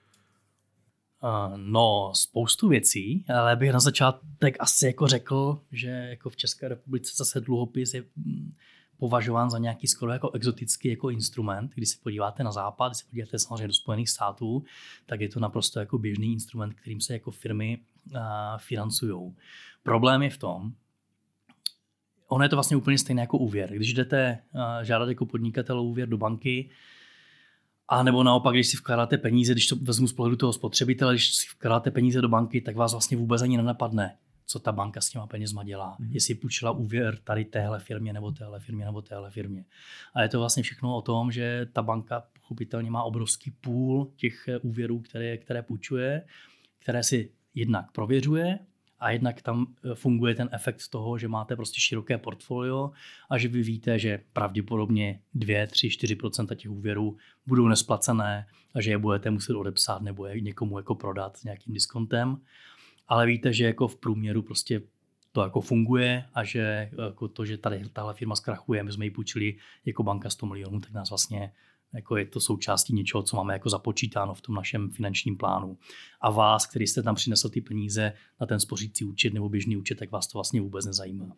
No, spoustu věcí, ale bych na začátek asi jako řekl, že jako v České republice zase dluhopis je považován za nějaký skoro jako exotický jako instrument. Když se podíváte na západ, když se podíváte samozřejmě do Spojených států, tak je to naprosto jako běžný instrument, kterým se jako firmy financují. Problém je v tom, ono je to vlastně úplně stejné jako úvěr. Když jdete žádat jako podnikatel úvěr do banky, a nebo naopak, když si vkládáte peníze, když to vezmu z pohledu toho spotřebitele, když si vkládáte peníze do banky, tak vás vlastně vůbec ani nenapadne, co ta banka s těma penězma dělá. Mm. Jestli půjčila úvěr tady téhle firmě, nebo téhle firmě, nebo téhle firmě. A je to vlastně všechno o tom, že ta banka pochopitelně má obrovský půl těch úvěrů, které, které půjčuje, které si jednak prověřuje, a jednak tam funguje ten efekt toho, že máte prostě široké portfolio a že vy víte, že pravděpodobně dva, tři, čtyři procenta těch úvěrů budou nesplacené a že je budete muset odepsat nebo je někomu jako prodat s nějakým diskontem. Ale víte, že jako v průměru prostě to jako funguje a že jako to, že tady tahle firma zkrachuje, my jsme jí půjčili jako banka sto milionů, tak nás vlastně jako je to součástí něčeho, co máme jako započítáno v tom našem finančním plánu. A vás, který jste tam přinesl ty peníze na ten spořící účet nebo běžný účet, tak vás to vlastně vůbec nezajímá.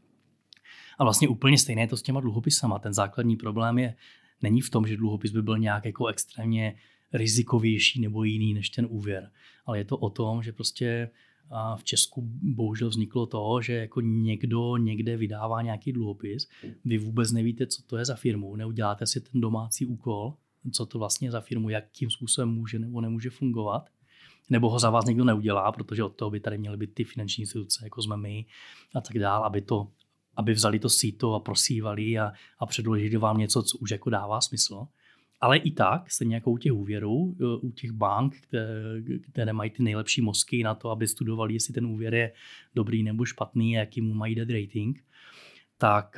A vlastně úplně stejné je to s těma dluhopisama. Ten základní problém je, není v tom, že dluhopis by byl nějak jako extrémně rizikovější nebo jiný než ten úvěr. Ale je to o tom, že prostě v Česku bohužel vzniklo to, že jako někdo někde vydává nějaký dluhopis, vy vůbec nevíte, co to je za firmu, neuděláte si ten domácí úkol, co to vlastně je za firmu, jakým způsobem může nebo nemůže fungovat, nebo ho za vás někdo neudělá, protože od toho by tady měly být ty finanční instituce, jako jsme my a tak dál, aby to aby vzali to síto a prosívali a, a předložili vám něco, co už jako dává smysl. Ale i tak, stejně jako u těch úvěrů, u těch bank, které, které mají ty nejlepší mozky na to, aby studovali, jestli ten úvěr je dobrý nebo špatný a jaký mu mají dát rating, tak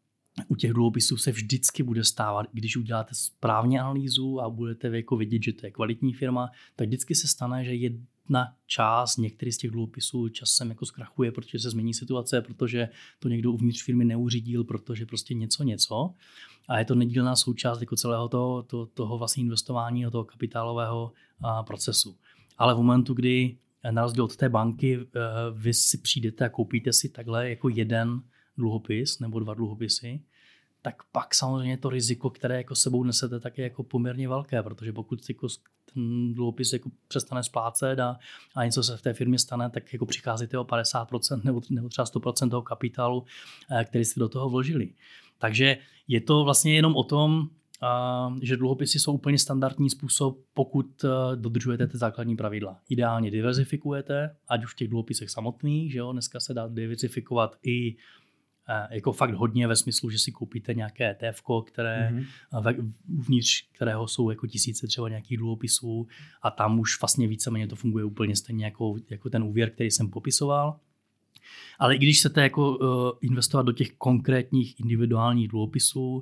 u těch dluhopisů se vždycky bude stávat, když uděláte správně analýzu a budete jako vidět, že to je kvalitní firma, tak vždycky se stane, že jedna část některých z těch dluhopisů časem jako zkrachuje, protože se změní situace, protože to někdo uvnitř firmy neuřídil, protože prostě něco něco. A je to nedílná součást jako celého toho, toho, toho vlastně investování a toho kapitálového a, procesu. Ale v momentu, kdy na rozdíl od té banky vy si přijdete a koupíte si takhle jako jeden dluhopis nebo dva dluhopisy, tak pak samozřejmě to riziko, které jako sebou nesete, tak je jako poměrně velké, protože pokud jako ten dluhopis jako přestane splácet a, a něco se v té firmě stane, tak jako přicházíte o padesát procent nebo, nebo třeba sto procent toho kapitálu, který jste do toho vložili. Takže je to vlastně jenom o tom, že dluhopisy jsou úplně standardní způsob, pokud dodržujete ty základní pravidla. Ideálně diverzifikujete, ať už v těch dluhopisech samotných, že jo, dneska se dá diverzifikovat i jako fakt hodně ve smyslu, že si koupíte nějaké E T F, které mm-hmm. uvnitř kterého jsou jako tisíce třeba nějakých dluhopisů a tam už vlastně víceméně to funguje úplně stejně jako, jako ten úvěr, který jsem popisoval. Ale i když chcete jako uh, investovat do těch konkrétních individuálních dluhopisů,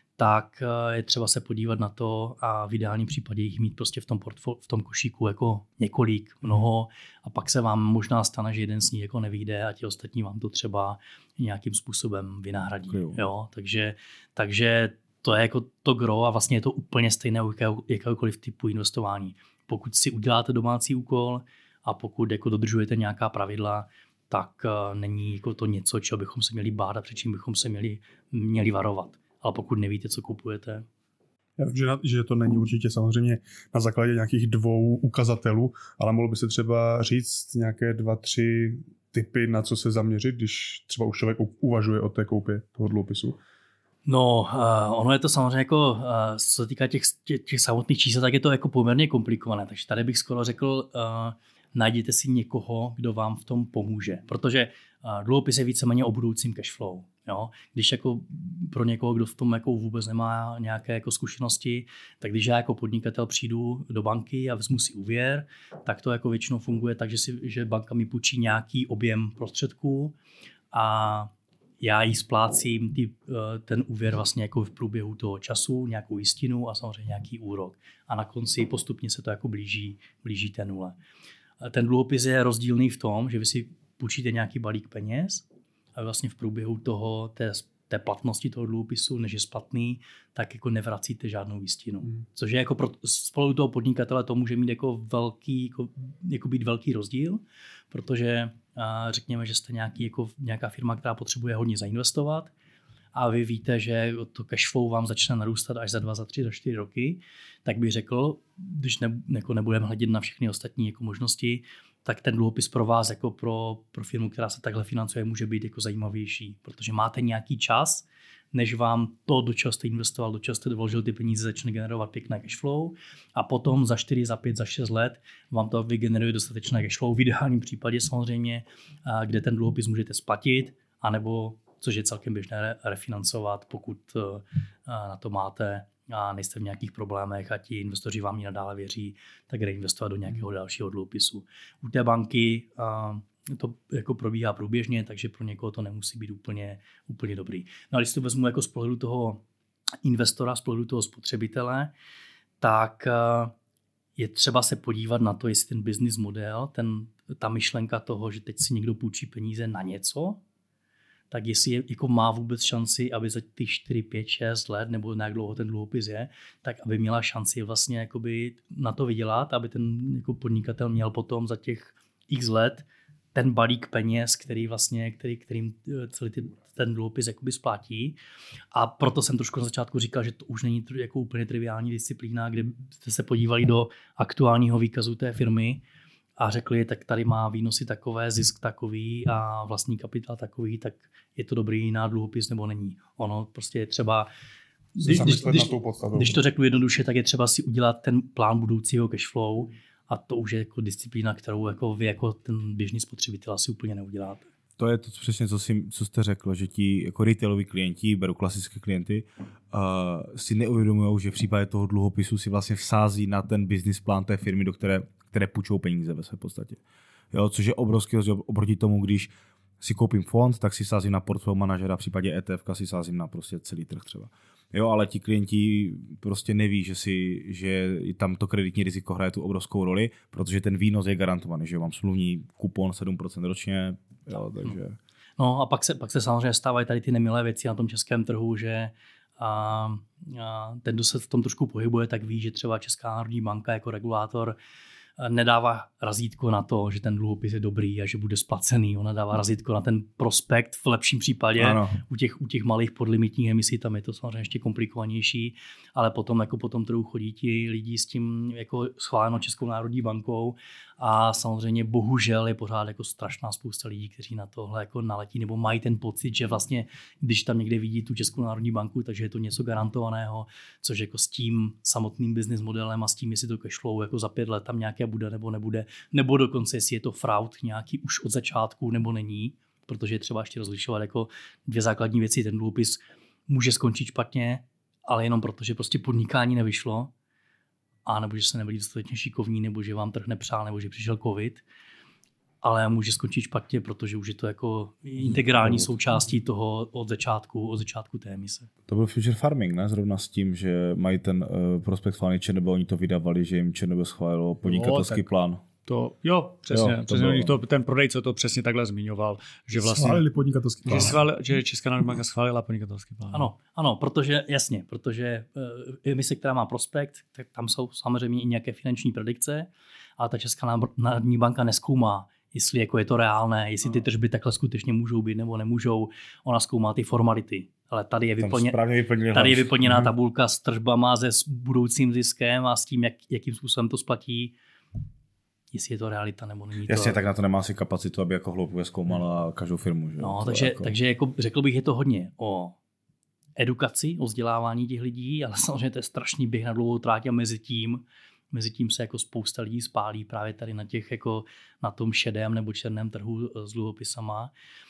tak uh, je třeba se podívat na to a v ideálním případě jich mít prostě v tom, portfo- v tom košíku jako několik, mnoho a pak se vám možná stane, že jeden z nich jako nevyjde a ti ostatní vám to třeba nějakým způsobem vynahradí. Jo. Jo? Takže, takže to je jako to gro a vlastně je to úplně stejné u jakéhokoliv typu investování. Pokud si uděláte domácí úkol a pokud jako dodržujete nějaká pravidla, tak uh, není jako to něco, čeho bychom se měli bát a před čím bychom se měli, měli varovat. Ale pokud nevíte, co kupujete. Já vím, že, na, že to není určitě samozřejmě na základě nějakých dvou ukazatelů, ale mohlo by se třeba říct nějaké dva, tři typy, na co se zaměřit, když třeba už člověk uvažuje o té koupě toho dluhopisu. No, uh, ono je to samozřejmě jako, uh, co se týká těch, těch, těch samotných čísel, tak je to jako poměrně komplikované. Takže tady bych skoro řekl, uh, najděte si někoho, kdo vám v tom pomůže. Protože uh, dluhopis je víceméně o budoucím cashflow. Jo? Když jako pro někoho, kdo v tom jako vůbec nemá nějaké jako zkušenosti, tak když já jako podnikatel přijdu do banky a vezmu si úvěr, tak to jako většinou funguje tak, že, si, že banka mi půjčí nějaký objem prostředků a já jí splácím ty, ten úvěr vlastně jako v průběhu toho času, nějakou jistinu a samozřejmě nějaký úrok. A na konci postupně se to jako blíží, blíží té nule. Ten dluhopis je rozdílný v tom, že vy si půjčíte nějaký balík peněz a vlastně v průběhu toho, té, té platnosti toho dluhopisu, než je splatný, tak jako nevracíte žádnou jistinu. Hmm. Což je jako pro spolu toho podnikatele to může mít jako velký, jako, jako být velký rozdíl, protože a řekněme, že jste nějaký, jako, nějaká firma, která potřebuje hodně zainvestovat a vy víte, že to cashflow vám začne narůstat až za dva, za tři, za čtyři roky, tak bych řekl, když ne, jako nebudeme hledět na všechny ostatní jako možnosti, tak ten dluhopis pro vás jako pro, pro firmu, která se takhle financuje, může být jako zajímavější, protože máte nějaký čas, než vám to, do čeho jste investoval, do čeho jste vložil ty peníze, začne generovat pěkné cashflow a potom za čtyři, za pět, za šest let vám to vygeneruje dostatečné cashflow, v ideálním případě samozřejmě, kde ten dluhopis můžete splatit, anebo, což je celkem běžné, refinancovat, pokud na to máte a nejste v nějakých problémech a ti investoři vám i nadále věří, tak reinvestovat do nějakého dalšího dluhopisu. U té banky to jako probíhá průběžně, takže pro někoho to nemusí být úplně, úplně dobrý. No a když to vezmu jako z pohledu toho investora, z pohledu toho spotřebitele, tak je třeba se podívat na to, jestli ten business model, ten, ta myšlenka toho, že teď si někdo půjčí peníze na něco, tak jestli je, jako má vůbec šanci, aby za těch čtyři, pět, šest let, nebo jak dlouho ten dluhopis je, tak aby měla šanci vlastně jakoby na to vydělat, aby ten jako podnikatel měl potom za těch x let ten balík peněz, který vlastně, který, kterým celý ty, ten dluhopis jakoby splatí. A proto jsem trošku na začátku říkal, že to už není jako úplně triviální disciplína, kde jste se podívali do aktuálního výkazu té firmy a řekli, tak tady má výnosy takové, zisk takový a vlastní kapitál takový, tak je to dobrý na dluhopis nebo není. Ono prostě je třeba, když, když, když, když to řeknu jednoduše, tak je třeba si udělat ten plán budoucího cashflow a to už je jako disciplína, kterou jako vy jako ten běžný spotřebitel asi úplně neuděláte. To je to přesně, co, si, co jste řekl, že ti jako retailoví klienti, beru klasické klienty, uh, si neuvědomují, že v případě toho dluhopisu si vlastně vsází na ten business plán té firmy, do které, které půjčou peníze ve své podstatě. Jo, což je obrovský rozdíl oproti tomu, když si koupím fond, tak si sázím na portfolio manažera, v případě E T F si sázím na prostě celý trh třeba. Jo, ale ti klienti prostě neví, že, si, že tam to kreditní riziko hraje tu obrovskou roli, protože ten výnos je garantovaný, že mám smluvní kupon sedm procent ročně, jo, takže... No a pak se, pak se samozřejmě stávají tady ty nemilé věci na tom českém trhu, že a, a ten, kdo se v tom trošku pohybuje, tak ví, že třeba Česká národní banka jako regulátor nedává razítko na to, že ten dluhopis je dobrý a že bude splacený. Ona dává razítko na ten prospekt v lepším případě. U těch, u těch malých podlimitních emisí tam je to samozřejmě ještě komplikovanější, ale potom jako po tom trhu chodí ti lidi s tím jako schváleno Českou národní bankou a samozřejmě bohužel je pořád jako strašná spousta lidí, kteří na tohle jako naletí nebo mají ten pocit, že vlastně když tam někde vidí tu Českou národní banku, takže je to něco garantovaného, což jako s tím samotným business modelem a s tím, jestli to cashflow jako za pět let tam nějaké bude nebo nebude, nebo dokonce jestli je to fraud nějaký už od začátku nebo není, protože je třeba ještě rozlišovat jako dvě základní věci. Ten dluhopis může skončit špatně, ale jenom proto, že prostě podnikání nevyšlo, a nebo že se nebyli dostatečně šikovní, nebo že vám trh nepřál, nebo že přišel covid, ale může skončit špatně, protože už je to jako integrální součástí toho od začátku, od začátku té emise. To byl future farming, ne? Zrovna s tím, že mají ten uh, prospekt fány ČNB, oni to vydávali, že jim ČNB schválilo podnikatelský no, plán. To, jo, přesně. Jo, to přesně to, ten prodejce to přesně takhle zmiňoval. Že vlastně, schválili podnikatelský plán. Že, schválil, že Česká národní banka schválila podnikatelský plán. Ano, ano, protože jasně, protože emise, která má prospekt, tak tam jsou samozřejmě i nějaké finanční predikce, ale ta Česká národní banka nezkoumá, jestli jako je to reálné, jestli ty tržby takhle skutečně můžou být nebo nemůžou. Ona zkoumá ty formality. Ale tady je, vyplně, tady je vyplněná tabulka s tržbama, se s budoucím ziskem a s tím, jak, jakým způsobem to splatí. Jestli je to realita nebo není to. Jasně, tak na to nemá si kapacitu, aby jako hloubkově zkoumala každou firmu. Že? No, takže, jako... takže jako řekl bych, je to hodně o edukaci, o vzdělávání těch lidí, ale samozřejmě to je strašný běh na dlouhou tráť a mezi tím, mezi tím se jako spousta lidí spálí právě tady na těch jako na tom šedém nebo černém trhu s dluhopisama.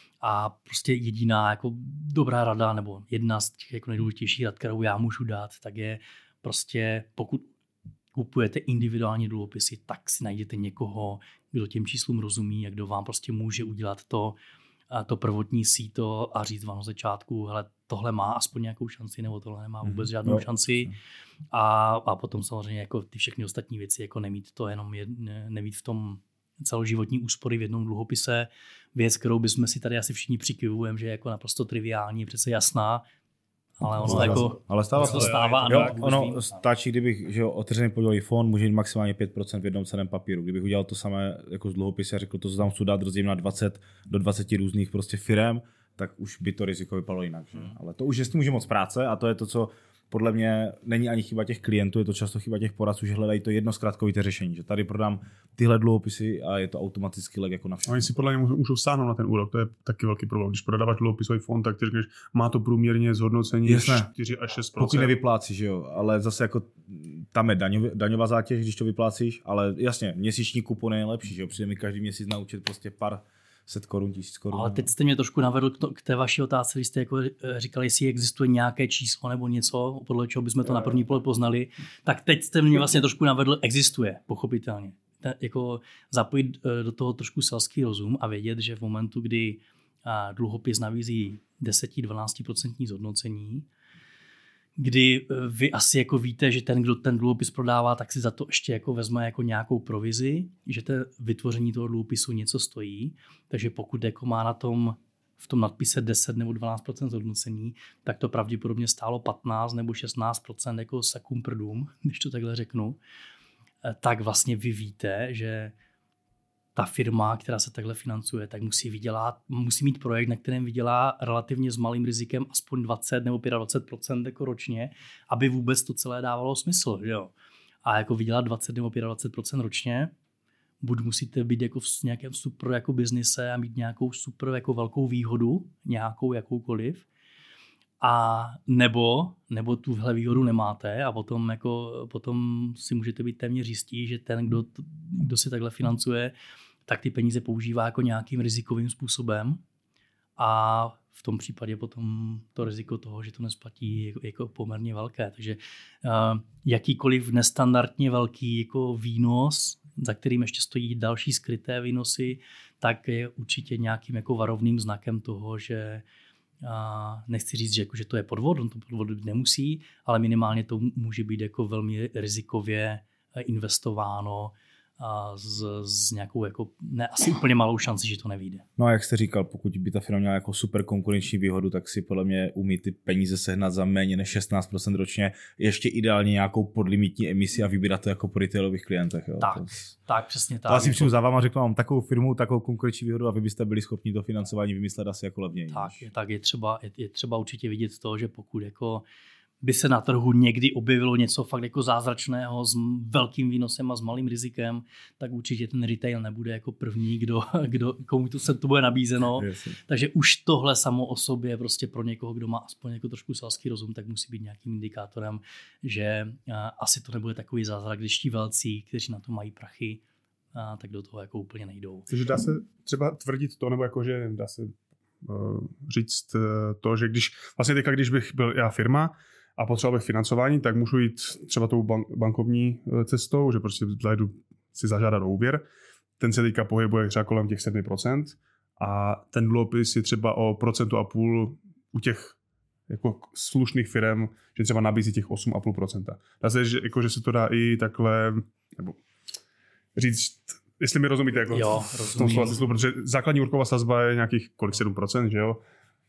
A prostě jediná jako dobrá rada nebo jedna z těch jako nejdůležitějších rad, kterou já můžu dát, tak je prostě pokud kupujete individuální dluhopisy, tak si najděte někoho, kdo těm číslům rozumí a kdo vám prostě může udělat to, to prvotní síto a říct vám na začátku, hele, tohle má aspoň nějakou šanci, nebo tohle nemá vůbec žádnou no, šanci. A, a potom samozřejmě jako ty všechny ostatní věci, jako nemít to jenom jed, nemít v tom celoživotní úspory v jednom dluhopise. Věc, kterou bychom si tady asi všichni přikivujeme, že je jako naprosto triviální, přece jasná, ale ono stává, jako ale stává to stává. Jo, ono stačí, kdybych že otevřený podílový fond, může mít maximálně pět procent v jednom cenném papíru. Kdybych udělal to samé jako z dluhopisy a řekl, to, co tam chci dát, rozdělím na dvacet do dvaceti různých prostě firem, tak už by to riziko vypadalo jinak. Že? Ale to už je s tím může moc práce a to je to, co podle mě není ani chyba těch klientů, je to často chyba těch poradců, že hledají to jedno zkrátkovité řešení, že tady prodám tyhle dluhopisy a je to automaticky leg jako na všechno. Oni si podle mě můžou sáhnout na ten úrok, to je taky velký problém. Když prodáváš dluhopisový fond, tak ty řekneš, má to průměrně zhodnocení čtyři až šest procent. Pokud nevyplácíš, jo, ale zase jako tam je daňov, daňová zátěž, když to vyplácíš, ale jasně, měsíční kupon je nejlepší, že jo, přijde mi každý měsíc naučit prostě pár set korun, tisíc korun. Ale teď jste mě trošku navedl k, to, k té vaší otázce, když jste jako říkali, jestli existuje nějaké číslo nebo něco, podle čeho bychom to na první pohled poznali, tak teď jste mě vlastně trošku navedl, existuje, pochopitelně. Te, jako zapojit do toho trošku selský rozum a vědět, že v momentu, kdy dluhopis navízí deset až dvanáct procent zhodnocení, kdy vy asi jako víte, že ten, kdo ten dluhopis prodává, tak si za to ještě jako vezme jako nějakou provizi, že to vytvoření toho dluhopisu něco stojí, takže pokud jako má na tom v tom nadpise deset nebo dvanáct procent zhodnocení, tak to pravděpodobně stálo patnáct nebo šestnáct procent jako sakum prdům, když to takhle řeknu. Tak vlastně vy víte, že ta firma, která se takhle financuje, tak musí vydělat, musí mít projekt, na kterém vydělá relativně s malým rizikem aspoň dvacet nebo dvacet pět procent jako ročně, aby vůbec to celé dávalo smysl. Že jo? A jako vydělat dvacet nebo dvacet pět procent ročně, buď musíte být jako v nějakém super jako biznise a mít nějakou super jako velkou výhodu, nějakou jakoukoliv, a nebo, nebo tuhle výhodu nemáte a potom, jako, potom si můžete být téměř jistí, že ten, kdo, kdo si takhle financuje, tak ty peníze používá jako nějakým rizikovým způsobem a v tom případě potom to riziko toho, že to nesplatí, je jako poměrně velké. Takže uh, jakýkoliv nestandardně velký jako výnos, za kterým ještě stojí další skryté výnosy, tak je určitě nějakým jako varovným znakem toho, že a nechci říct, že, jako, že to je podvod, on to podvod nemusí, ale minimálně to může být jako velmi rizikově investováno a s, s nějakou jako, ne, asi úplně malou šanci, že to nevyjde. No a jak jste říkal, pokud by ta firma měla jako super konkurenční výhodu, tak si podle mě umí ty peníze sehnat za méně než šestnáct procent ročně, ještě ideálně nějakou podlimitní emisi a vybírat to jako po retailových klientech. Jo. Tak, to, tak, přesně tak. To asi přijdu za váma, řeknu vám takovou firmu, takovou konkurenční výhodu a vy byste byli schopni to financování vymyslet asi jako levněji. Tak, je, tak je, třeba, je, je třeba určitě vidět to, že pokud jako by se na trhu někdy objevilo něco fakt jako zázračného s velkým výnosem a s malým rizikem, tak určitě ten retail nebude jako první, kdo, kdo, komu to se to bude nabízeno. Yes. Takže už tohle samo o sobě prostě pro někoho, kdo má aspoň jako trošku selský rozum, tak musí být nějakým indikátorem, že asi to nebude takový zázrak, když ti velcí, kteří na to mají prachy, tak do toho jako úplně nejdou. Takže dá se třeba tvrdit to, nebo jako, že dá se uh, říct to, že když vlastně teďka, když bych byl já firma, a potřeboval bych financování, tak můžu jít třeba tou bank, bankovní cestou, že prostě zajdu si zažádat o úvěr. Ten se teďka pohybuje třeba kolem těch sedm procent a ten dluhopis je třeba o procentu a půl u těch jako slušných firm, že třeba nabízí těch osm celá pět procenta. Dá se, že, jako, že se to dá i takhle, nebo říct, jestli mi rozumíte, jako jo, v tom slova smyslu, protože základní úroková sazba je nějakých kolik sedm procent, že jo?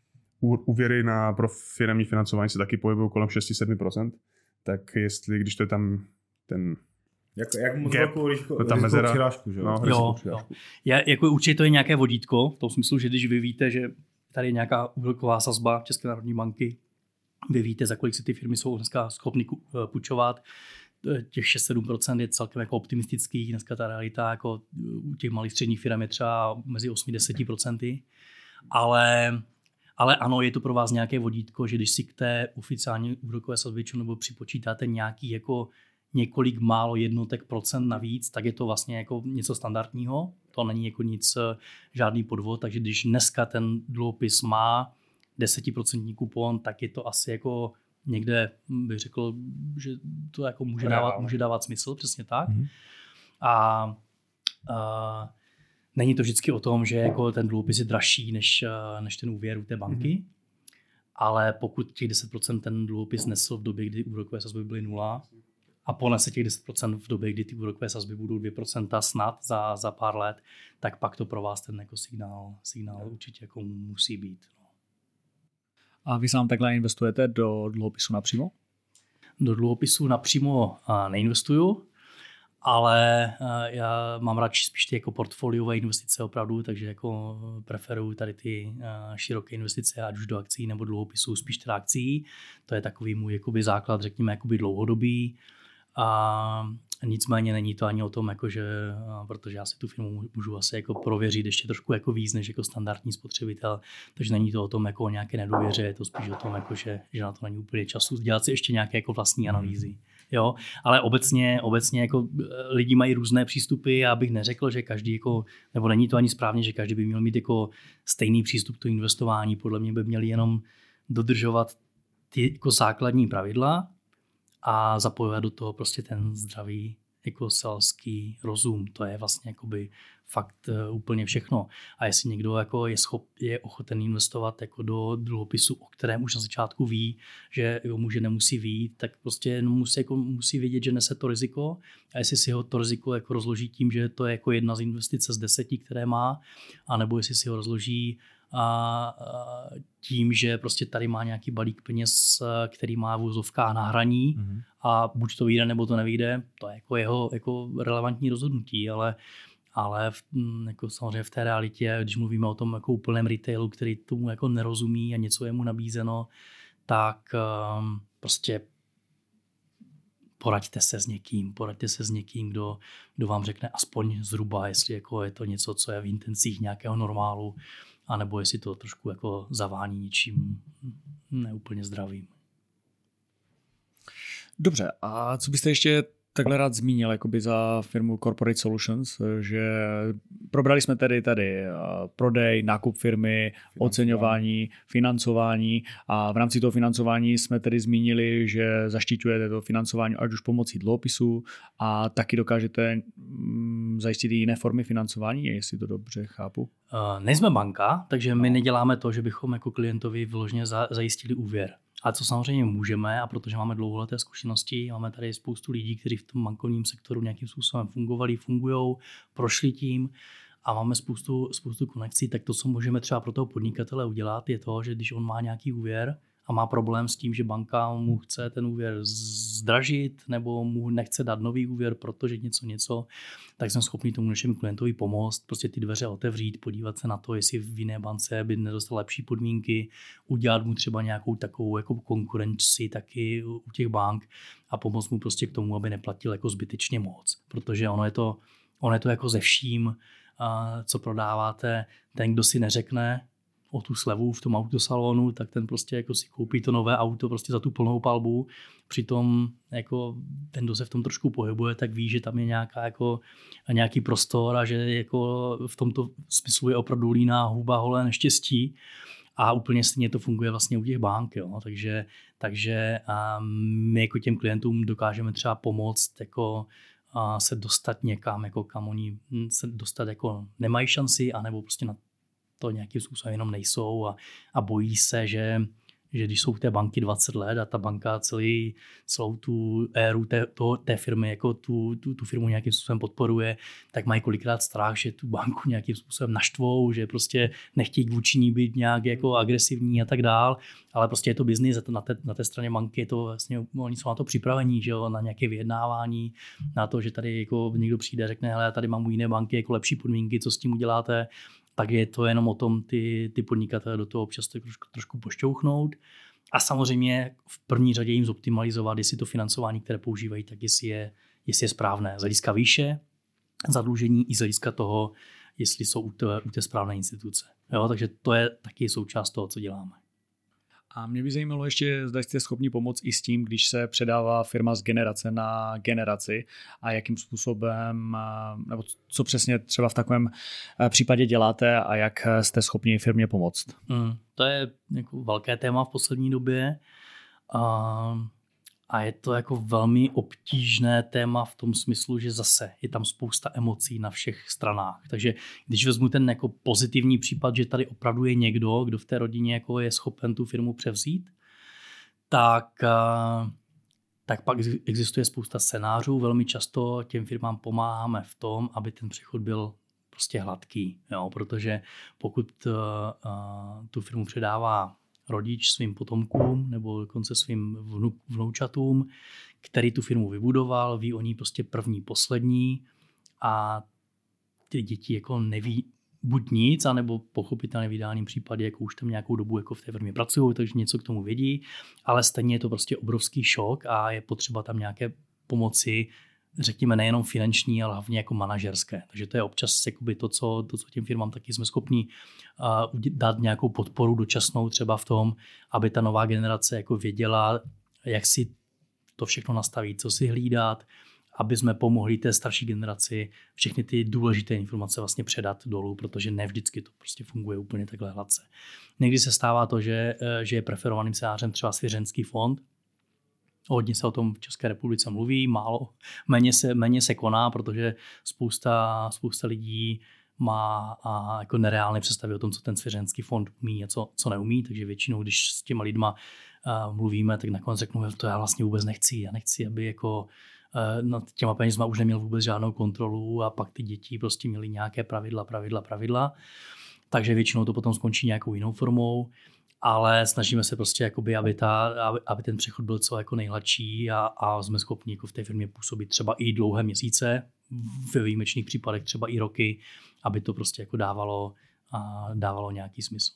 Úvěry na pro firemní financování se taky pohybují kolem šest až sedm procent, tak jestli, když to je tam ten jak, jak moc gap, velkou ta mezera, přirážku, že no, jo, jo. Je, jako určitě to je nějaké vodítko, v tom smyslu, že když vy víte, že tady je nějaká úroková sazba České národní banky, vy víte, za kolik si ty firmy jsou dneska schopny půjčovat, těch šest až sedm procent je celkem jako optimistických, dneska ta realita jako u těch malých středních firm je třeba mezi osm až deset procent, ale Ale ano, je to pro vás nějaké vodítko, že když si k té oficiální úrokové sazbě nebo připočítáte nějaký jako několik málo jednotek procent navíc, tak je to vlastně jako něco standardního. To není jako nic, žádný podvod, takže když dneska ten dluhopis má desetiprocentní kupon, tak je to asi jako někde, bych řekl, že to jako může dávat, může dávat smysl, přesně tak. Mm-hmm. A, a není to vždycky o tom, že jako ten dluhopis je dražší než, než ten úvěr u té banky, mm-hmm. ale pokud těch deset procent ten dluhopis nesl v době, kdy úrokové sazby byly nula a ponese těch deset procent v době, kdy ty úrokové sazby budou dvě procenta snad za, za pár let, tak pak to pro vás ten jako signál, signál určitě jako musí být. No. A vy sám takhle investujete do dluhopisu napřímo? Do dluhopisu napřímo neinvestuju, ale já mám radši spíš ty jako portfoliové investice opravdu, takže jako preferuju tady ty široké investice, ať už do akcí nebo dluhopisů, spíš teda akcí. To je takový můj jakoby základ, řekněme, jakoby dlouhodobý. A nicméně není to ani o tom, jakože, protože já si tu firmu můžu asi jako prověřit ještě trošku jako víc než jako standardní spotřebitel, takže není to o tom jako o nějaké nedůvěře, je to spíš o tom, jako že, že na to není úplně času dělat si ještě nějaké jako vlastní analýzy. Jo, ale obecně, obecně jako lidi mají různé přístupy, já bych neřekl, že každý jako, nebo není to ani správně, že každý by měl mít jako stejný přístup k tomu investování, podle mě by měli jenom dodržovat ty jako základní pravidla a zapojovat do toho prostě ten zdravý jako selský rozum. To je vlastně jakoby fakt uh, úplně všechno. A jestli někdo jako je, schop, je ochoten investovat jako do dluhopisu, o kterém už na začátku ví, že ho může nemusí vyjít, tak prostě musí, jako, musí vědět, že nese to riziko. A jestli si ho to riziko jako rozloží tím, že to je jako jedna z investice z deseti, které má, anebo jestli si ho rozloží a tím, že prostě tady má nějaký balík peněz, který má v úzovkách na hraní mm-hmm. a buď to vyjde, nebo to nevyjde, to je jako jeho jako relevantní rozhodnutí, ale, ale v, jako samozřejmě v té realitě, když mluvíme o tom jako úplném retailu, který tomu jako nerozumí a něco je mu nabízeno, tak um, prostě poraďte se s někým, poraďte se s někým, kdo, kdo vám řekne aspoň zhruba, jestli jako je to něco, co je v intencích nějakého normálu, anebo jestli to trošku jako zavání něčím neúplně zdravým. Dobře, a co byste ještě takhle rád zmínil jakoby za firmu Corporate Solutions, že probrali jsme tedy tady prodej, nákup firmy, financování. oceňování, financování a v rámci toho financování jsme tedy zmínili, že zaštiťujete to financování ať už pomocí dluhopisů a taky dokážete zajistit i jiné formy financování, jestli to dobře chápu. Uh, nejsme banka, takže my neděláme to, že bychom jako klientovi vyloženě za, zajistili úvěr. Ale co samozřejmě můžeme, a protože máme dlouholeté zkušenosti, máme tady spoustu lidí, kteří v tom bankovním sektoru nějakým způsobem fungovali, fungujou, prošli tím a máme spoustu, spoustu konekcí, tak to, co můžeme třeba pro toho podnikatele udělat, je to, že když on má nějaký úvěr a má problém s tím, že banka mu chce ten úvěr zdražit nebo mu nechce dát nový úvěr, protože něco něco, tak jsme schopni tomu našemu klientovi pomoct, prostě ty dveře otevřít, podívat se na to, jestli v jiné bance by nedostal lepší podmínky, udělat mu třeba nějakou takovou jako konkurenci taky u těch bank a pomoct mu prostě k tomu, aby neplatil jako zbytečně moc, protože ono je to, ono je to jako ze vším, co prodáváte, ten, kdo si neřekne o tu slevu v tom autosalonu, tak ten prostě jako si koupí to nové auto prostě za tu plnou palbu. Přitom jako ten, kdo se v tom trošku pohybuje, tak ví, že tam je nějaká jako, nějaký prostor a že jako v tomto smyslu je opravdu líná huba holé neštěstí. A úplně stejně to funguje vlastně u těch bank. Jo. Takže, takže my jako těm klientům dokážeme třeba pomoct jako se dostat někam, jako kam oni se dostat jako nemají šanci, anebo prostě na to nějakým způsobem jenom nejsou a, a bojí se, že, že když jsou v té banky dvacet let a ta banka celý, celou tu éru té, to, té firmy, jako tu, tu, tu firmu nějakým způsobem podporuje, tak mají kolikrát strach, že tu banku nějakým způsobem naštvou, že prostě nechtějí vůči ní být nějak jako agresivní a tak dál, ale prostě je to biznis a na té, na té straně banky je to vlastně, oni jsou na to připravení, že jo, na nějaké vyjednávání, na to, že tady jako někdo přijde a řekne, hele, já tady mám u jiné banky jako lepší podmínky, co s tím uděláte, tak je to jenom o tom ty, ty podnikatele do toho občas trošku, trošku pošťouchnout a samozřejmě v první řadě jim zoptimalizovat, jestli to financování, které používají, tak jestli je, jestli je správné. Z hlediska výše zadlužení i z hlediska toho, jestli jsou u té, u té správné instituce. Jo, takže to je taky součást toho, co děláme. A mě by zajímalo ještě, zda jste schopni pomoct i s tím, když se předává firma z generace na generaci a jakým způsobem, nebo co přesně třeba v takovém případě děláte a jak jste schopni firmě pomoct. Mm, to je jako velké téma v poslední době a, a je to jako velmi obtížné téma v tom smyslu, že zase je tam spousta emocí na všech stranách. Takže když vezmu ten jako pozitivní případ, že tady opravdu je někdo, kdo v té rodině jako je schopen tu firmu převzít, tak, tak pak existuje spousta scénářů. Velmi často těm firmám pomáháme v tom, aby ten přechod byl prostě hladký. Jo? Protože pokud uh, tu firmu předává rodič svým potomkům nebo dokonce svým vnu, vnoučatům, který tu firmu vybudoval, ví o ní prostě první, poslední a ty děti jako neví buď nic, anebo pochopitelně v ideálním případě jako už tam nějakou dobu jako v té firmě pracují, takže něco k tomu vědí, ale stejně je to prostě obrovský šok a je potřeba tam nějaké pomoci, řekněme nejenom finanční, ale hlavně jako manažerské. Takže to je občas jakoby to, co, to, co těm firmám taky jsme schopni uh, dát nějakou podporu dočasnou třeba v tom, aby ta nová generace jako věděla, jak si to všechno nastavit, co si hlídat, aby jsme pomohli té starší generaci všechny ty důležité informace vlastně předat dolů, protože ne vždycky to prostě funguje úplně takhle hladce. Někdy se stává to, že, že je preferovaným scénářem třeba svěřenský fond. Hodně se o tom v České republice mluví, málo, méně se, méně se koná, protože spousta, spousta lidí má a jako nereálné představy o tom, co ten svěřenský fond umí a co, co neumí, takže většinou, když s těma lidma uh, mluvíme, tak nakonec řeknu, že to já vlastně vůbec nechci. Já nechci, aby jako uh, nad těma penězma už neměl vůbec žádnou kontrolu a pak ty děti prostě měly nějaké pravidla, pravidla, pravidla. takže většinou to potom skončí nějakou jinou formou, ale snažíme se prostě, jakoby, aby, ta, aby, aby ten přechod byl co jako nejhladší a, a jsme schopni jako v té firmě působit třeba i dlouhé měsíce, ve výjimečných případech třeba i roky, aby to prostě jako dávalo, a dávalo nějaký smysl.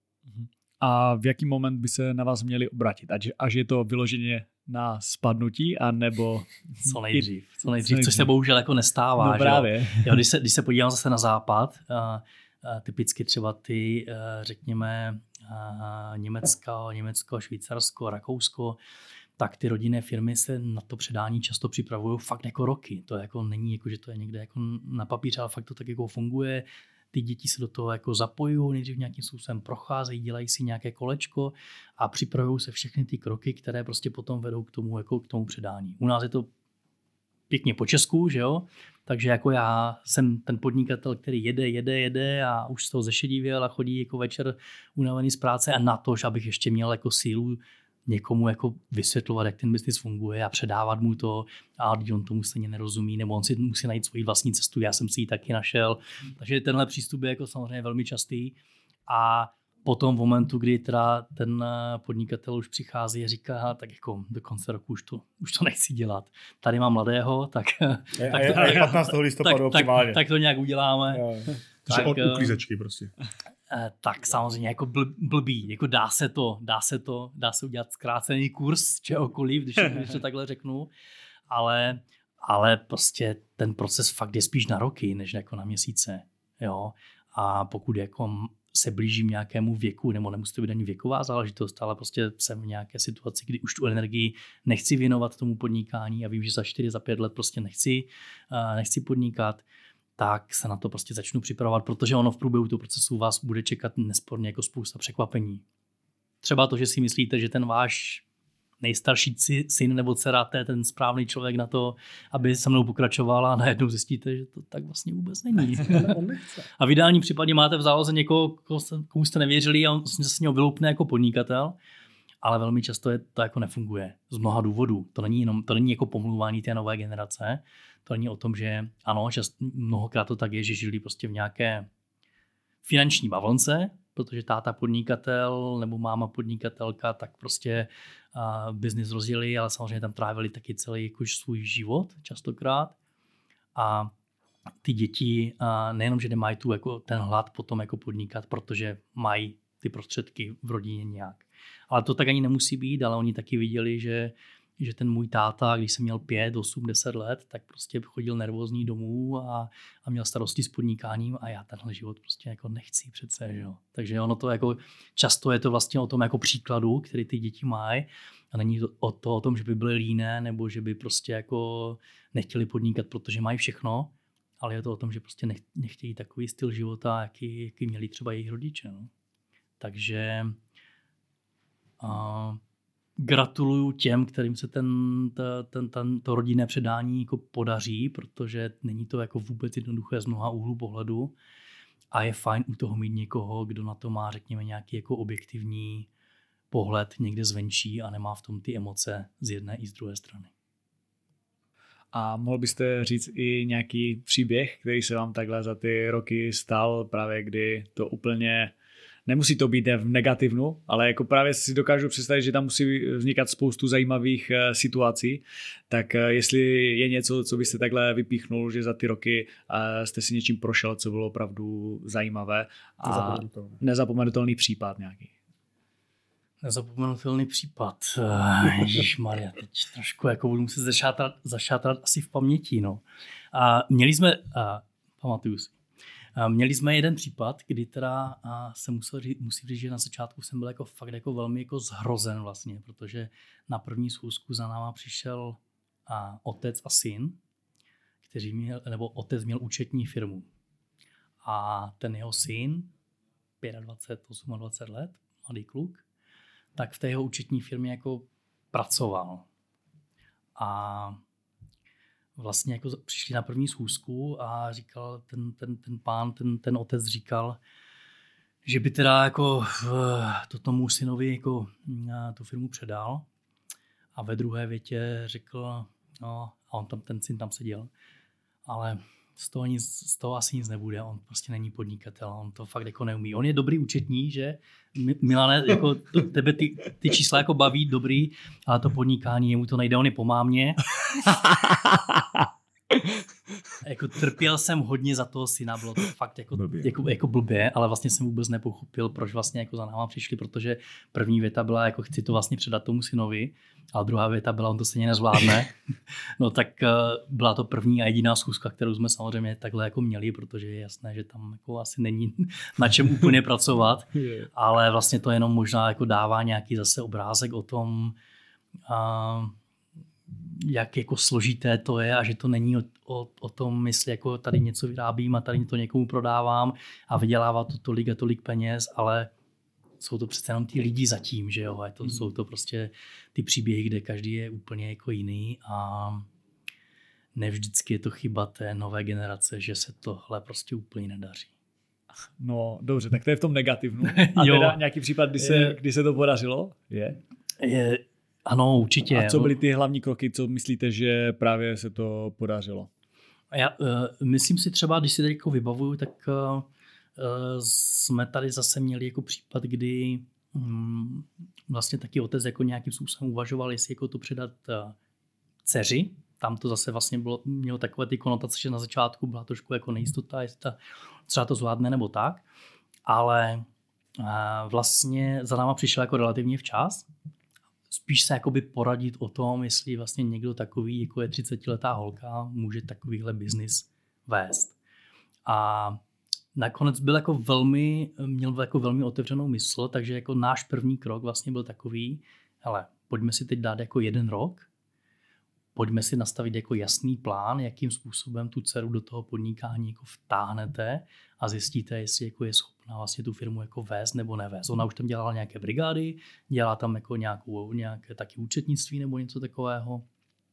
A v jaký moment by se na vás měli obratit? Až, až je to vyloženě na spadnutí, anebo... Co nejdřív, co nejdřív, což se bohužel jako nestává. No právě. Jo, když, se, když se podívám zase na západ, a, a typicky třeba ty, a, řekněme, a, Německo, Německo, Švýcarsko, Rakousko, tak ty rodinné firmy se na to předání často připravují fakt jako roky. To jako není, jako, že to je někde jako na papíře, ale fakt to tak jako funguje. Ty děti se do toho jako zapojují, nejdřív nějakým způsobem procházejí, dělají si nějaké kolečko a připravují se všechny ty kroky, které prostě potom vedou k tomu, jako k tomu předání. U nás je to pěkně po česku, že jo? Takže jako já jsem ten podnikatel, který jede, jede, jede a už z toho zešedivěl a chodí jako večer unavený z práce a na to, že abych ještě měl jako sílu někomu jako vysvětlovat, jak ten biznis funguje a předávat mu to, a on tomu stejně nerozumí, nebo on si musí najít svoji vlastní cestu, já jsem si ji taky našel. Takže tenhle přístup je jako samozřejmě velmi častý a potom v momentu, kdy teda ten podnikatel už přichází a říká, tak jako do konce roku už to, už to nechci dělat. Tady mám mladého, tak, je, tak, je, to, je patnáctého listopadu tak, tak, tak to nějak uděláme. Takže od uklízečky prostě. Tak samozřejmě jako bl, blbý, jako dá se to, dá se to, dá se udělat zkrácený kurz čehokoliv, když, když to takhle řeknu, ale, ale prostě ten proces fakt je spíš na roky, než jako na měsíce, jo, a pokud jako se blížím nějakému věku, nebo nemusí to být ani věková záležitost, ale prostě jsem v nějaké situaci, kdy už tu energii nechci věnovat tomu podnikání a vím, že za čtyři, za pět let prostě nechci, nechci podnikat, tak se na to prostě začnu připravovat, protože ono v průběhu toho procesu vás bude čekat nesporně jako spousta překvapení. Třeba to, že si myslíte, že ten váš nejstarší syn nebo dcera, to je ten správný člověk na to, aby se mnou pokračoval a najednou zjistíte, že to tak vlastně vůbec není. A v ideálním případě máte v záloze někoho, komu jste nevěřili a on se s něho vyloupne jako podnikatel, ale velmi často je to jako nefunguje z mnoha důvodů. To není, jenom, to není jako pomluvání té nové generace, to není o tom, že ano, čas, mnohokrát to tak je, že žili prostě v nějaké finanční bavlnce, protože táta podnikatel nebo máma podnikatelka, tak prostě uh, biznis rozjeli, ale samozřejmě tam trávili taky celý jakož svůj život častokrát. A ty děti uh, nejenom, že nemají tu jako ten hlad potom jako podnikat, protože mají ty prostředky v rodině nějak. Ale to tak ani nemusí být, ale oni taky viděli, že že ten můj táta, když jsem měl pět, osm, deset let, tak prostě chodil nervózní domů a, a měl starosti s podnikáním a já tenhle život prostě jako nechci přece, že jo. Takže ono to jako, často je to vlastně o tom jako příkladu, který ty děti mají a není to o, to o tom, že by byly líné nebo že by prostě jako nechtěli podnikat, protože mají všechno, ale je to o tom, že prostě nech, nechtějí takový styl života, jaký, jaký měli třeba jejich rodiče, no. Takže a, gratuluju těm, kterým se ten, ten, ten, to rodinné předání jako podaří, protože není to jako vůbec jednoduché z mnoha úhlů pohledu a je fajn u toho mít někoho, kdo na to má, řekněme, nějaký jako objektivní pohled někde zvenčí a nemá v tom ty emoce z jedné i z druhé strany. A mohl byste říct i nějaký příběh, který se vám takhle za ty roky stal, právě kdy to úplně... Nemusí to být v negativnu, ale jako právě si dokážu představit, že tam musí vznikat spoustu zajímavých situací. Tak jestli je něco, co byste takhle vypíchnul, že za ty roky jste si něčím prošel, co bylo opravdu zajímavé a nezapomenutelný, nezapomenutelný případ nějaký. Nezapomenutelný případ. Ježišmarja, teď trošku jako budu muset zašátrat, zašátrat asi v paměti. No. A měli jsme, a, pamatuju si, Měli jsme jeden případ, kdy teda se musel říct, musím říct, že na začátku jsem byl jako fakt jako velmi jako zhrozen vlastně, protože na první schůzku za náma přišel a, otec a syn, kteří měl, nebo otec měl účetní firmu. A ten jeho syn, dvacet pět, dvacet osm let, mladý kluk, tak v té jeho účetní firmě jako pracoval. A vlastně jako přišli na první schůzku a říkal ten, ten, ten pán, ten, ten otec říkal, že by teda jako to tomu synovi jako tu firmu předal a ve druhé větě řekl, no a on tam, ten syn tam seděl, ale z toho, nic, z toho asi nic nebude, on prostě není podnikatel, on to fakt jako neumí. On je dobrý účetní, že Milane, jako to, tebe ty, ty čísla jako baví, dobrý, ale to podnikání, jemu to nejde, on je po mámě. Jako trpěl jsem hodně za toho syna, bylo to fakt jako blbě. Jako, jako blbě, ale vlastně jsem vůbec nepochopil, proč vlastně jako za náma přišli, protože první věta byla jako chci to vlastně předat tomu synovi, a druhá věta byla on to stejně nezvládne. No tak uh, byla to první a jediná schůzka, kterou jsme samozřejmě takhle jako měli, protože je jasné, že tam jako asi není na čem úplně pracovat, ale vlastně to jenom možná jako dává nějaký zase obrázek o tom, uh, jak jako složité to je a že to není o, o, o tom, jestli jako tady něco vyrábím a tady to někomu prodávám a vydělává to tolik a tolik peněz, ale jsou to přece jenom ty lidi zatím, že jo, a to, mm. jsou to prostě ty příběhy, kde každý je úplně jako jiný a nevždycky je to chyba té nové generace, že se tohle prostě úplně nedaří. No dobře, tak to je v tom negativnu. A teda nějaký případ, kdy se, kdy se to podařilo? Je? Je Ano, určitě. A co byly ty hlavní kroky, co myslíte, že právě se to podařilo? Já uh, myslím si třeba, když si teď jako vybavuju, tak uh, jsme tady zase měli jako případ, kdy um, vlastně taky otec jako nějakým způsobem uvažoval, jestli jako to předat uh, dceři. Tam to zase vlastně bylo, mělo takové ty konotace, že na začátku byla trošku jako nejistota, jestli ta, třeba to zvládne nebo tak. Ale uh, vlastně za náma přišel jako relativně včas. Spíš se jakoby poradit o tom, jestli vlastně někdo takový, jako je třicetiletá holka, může takovýhle biznis vést. A nakonec byl jako velmi, měl jako velmi otevřenou mysl, takže jako náš první krok vlastně byl takový, hele, pojďme si teď dát jako jeden rok, pojďme si nastavit jako jasný plán, jakým způsobem tu dceru do toho podnikání jako vtáhnete a zjistíte, jestli jako je schopná vlastně tu firmu jako vést nebo nevést. Ona už tam dělala nějaké brigády, dělá tam jako nějakou, nějaké taky účetnictví nebo něco takového.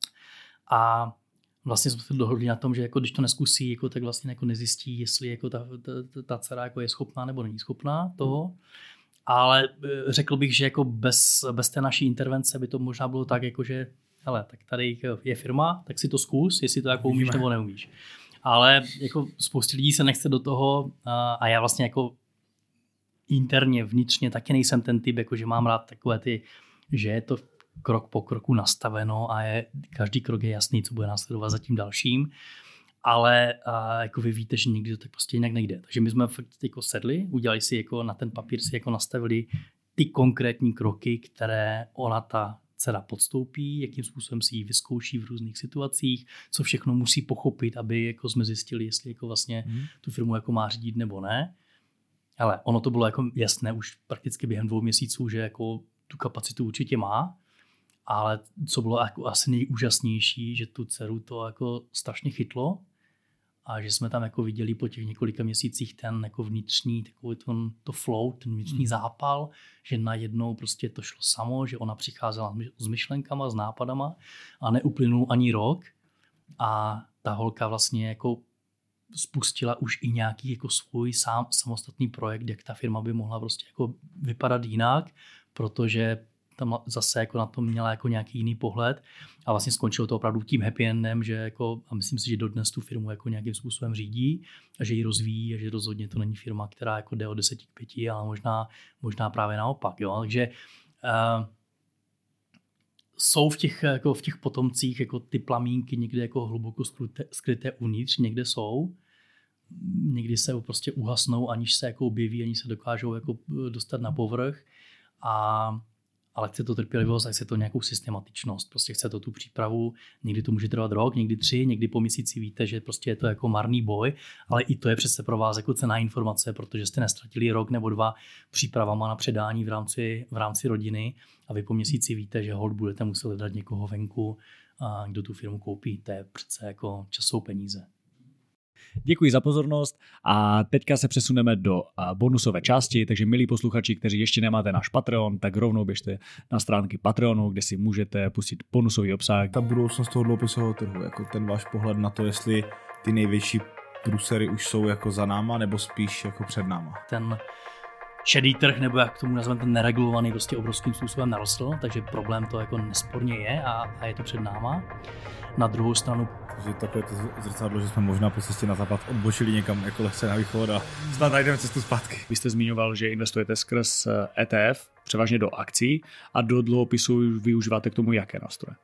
A vlastně jsme se dohodli na tom, že jako když to neskusí, jako, tak vlastně jako nezjistí, jestli jako ta, ta, ta dcera jako je schopná nebo není schopná toho. Ale řekl bych, že jako bez, bez té naší intervence by to možná bylo tak, jako že hele, tak tady je firma, tak si to zkus, jestli to jako umíš nebo neumíš. Ale jako spoustě lidí se nechce do toho a já vlastně jako interně, vnitřně taky nejsem ten typ, jako že mám rád takové ty, že je to krok po kroku nastaveno a je, každý krok je jasný, co bude následovat za tím dalším. Ale a jako vy víte, že někdy to tak prostě jinak nejde. Takže my jsme fakt jako sedli, udělali si jako na ten papír si jako nastavili ty konkrétní kroky, které ona ta dcera podstoupí, jakým způsobem si ji vyzkouší v různých situacích, co všechno musí pochopit, aby jako jsme zjistili, jestli jako vlastně hmm. tu firmu jako má řídit nebo ne. Ale ono to bylo jako jasné už prakticky během dvou měsíců, že jako tu kapacitu určitě má, ale co bylo jako asi nejúžasnější, že tu dceru to jako strašně chytlo a že jsme tam jako viděli po těch několika měsících ten jako vnitřní takový ten, to flow, ten vnitřní hmm. zápal, že najednou prostě to šlo samo, že ona přicházela s myšlenkama, s nápadama a neuplynul ani rok a ta holka vlastně jako spustila už i nějaký jako svůj sám, samostatný projekt, jak ta firma by mohla prostě jako vypadat jinak, protože tam zase jako na to měla jako nějaký jiný pohled a vlastně skončilo to opravdu tím happy endem, že jako, a myslím si, že dodnes tu firmu jako nějakým způsobem řídí a že ji rozvíjí a že rozhodně to není firma, která jako jde o deset k pěti, ale možná, možná právě naopak. Jo? Takže uh, jsou v těch, jako v těch potomcích jako ty plamínky někde jako hluboko skryté, skryté uvnitř, někde jsou, někdy se prostě uhasnou, aniž se jako objeví, aniž se dokážou jako dostat na povrch a ale chce to trpělivost a chce to nějakou systematičnost. Prostě chce to tu přípravu, někdy to může trvat rok, někdy tři, někdy po měsíci víte, že prostě je to jako marný boj, ale i to je přece pro vás jako cenná informace, protože jste nestratili rok nebo dva přípravama na předání v rámci, v rámci rodiny a vy po měsíci víte, že hold budete muset hledat někoho venku, a kdo tu firmu koupí. To je přece jako čas jsou peníze. Děkuji za pozornost a teďka se přesuneme do bonusové části, takže milí posluchači, kteří ještě nemáte náš Patreon, tak rovnou běžte na stránky Patreonu, kde si můžete pustit bonusový obsah. Ta budoucnost toho dluhopisového trhu, jako ten váš pohled na to, jestli ty největší průsery už jsou jako za náma, nebo spíš jako před náma. Ten šedý trh, nebo jak tomu nazveme ten neregulovaný, prostě obrovským způsobem narostl, takže problém to jako nesporně je a, a je to před náma. Na druhou stranu že takové to zrcadlo, že jsme možná po cestě na západ odbočili někam jako lehce na východ a snad najdeme cestu zpátky. Vy jste zmiňoval, že investujete skrz E T F, převážně do akcí a do dluhopisů využíváte k tomu jaké nástroje?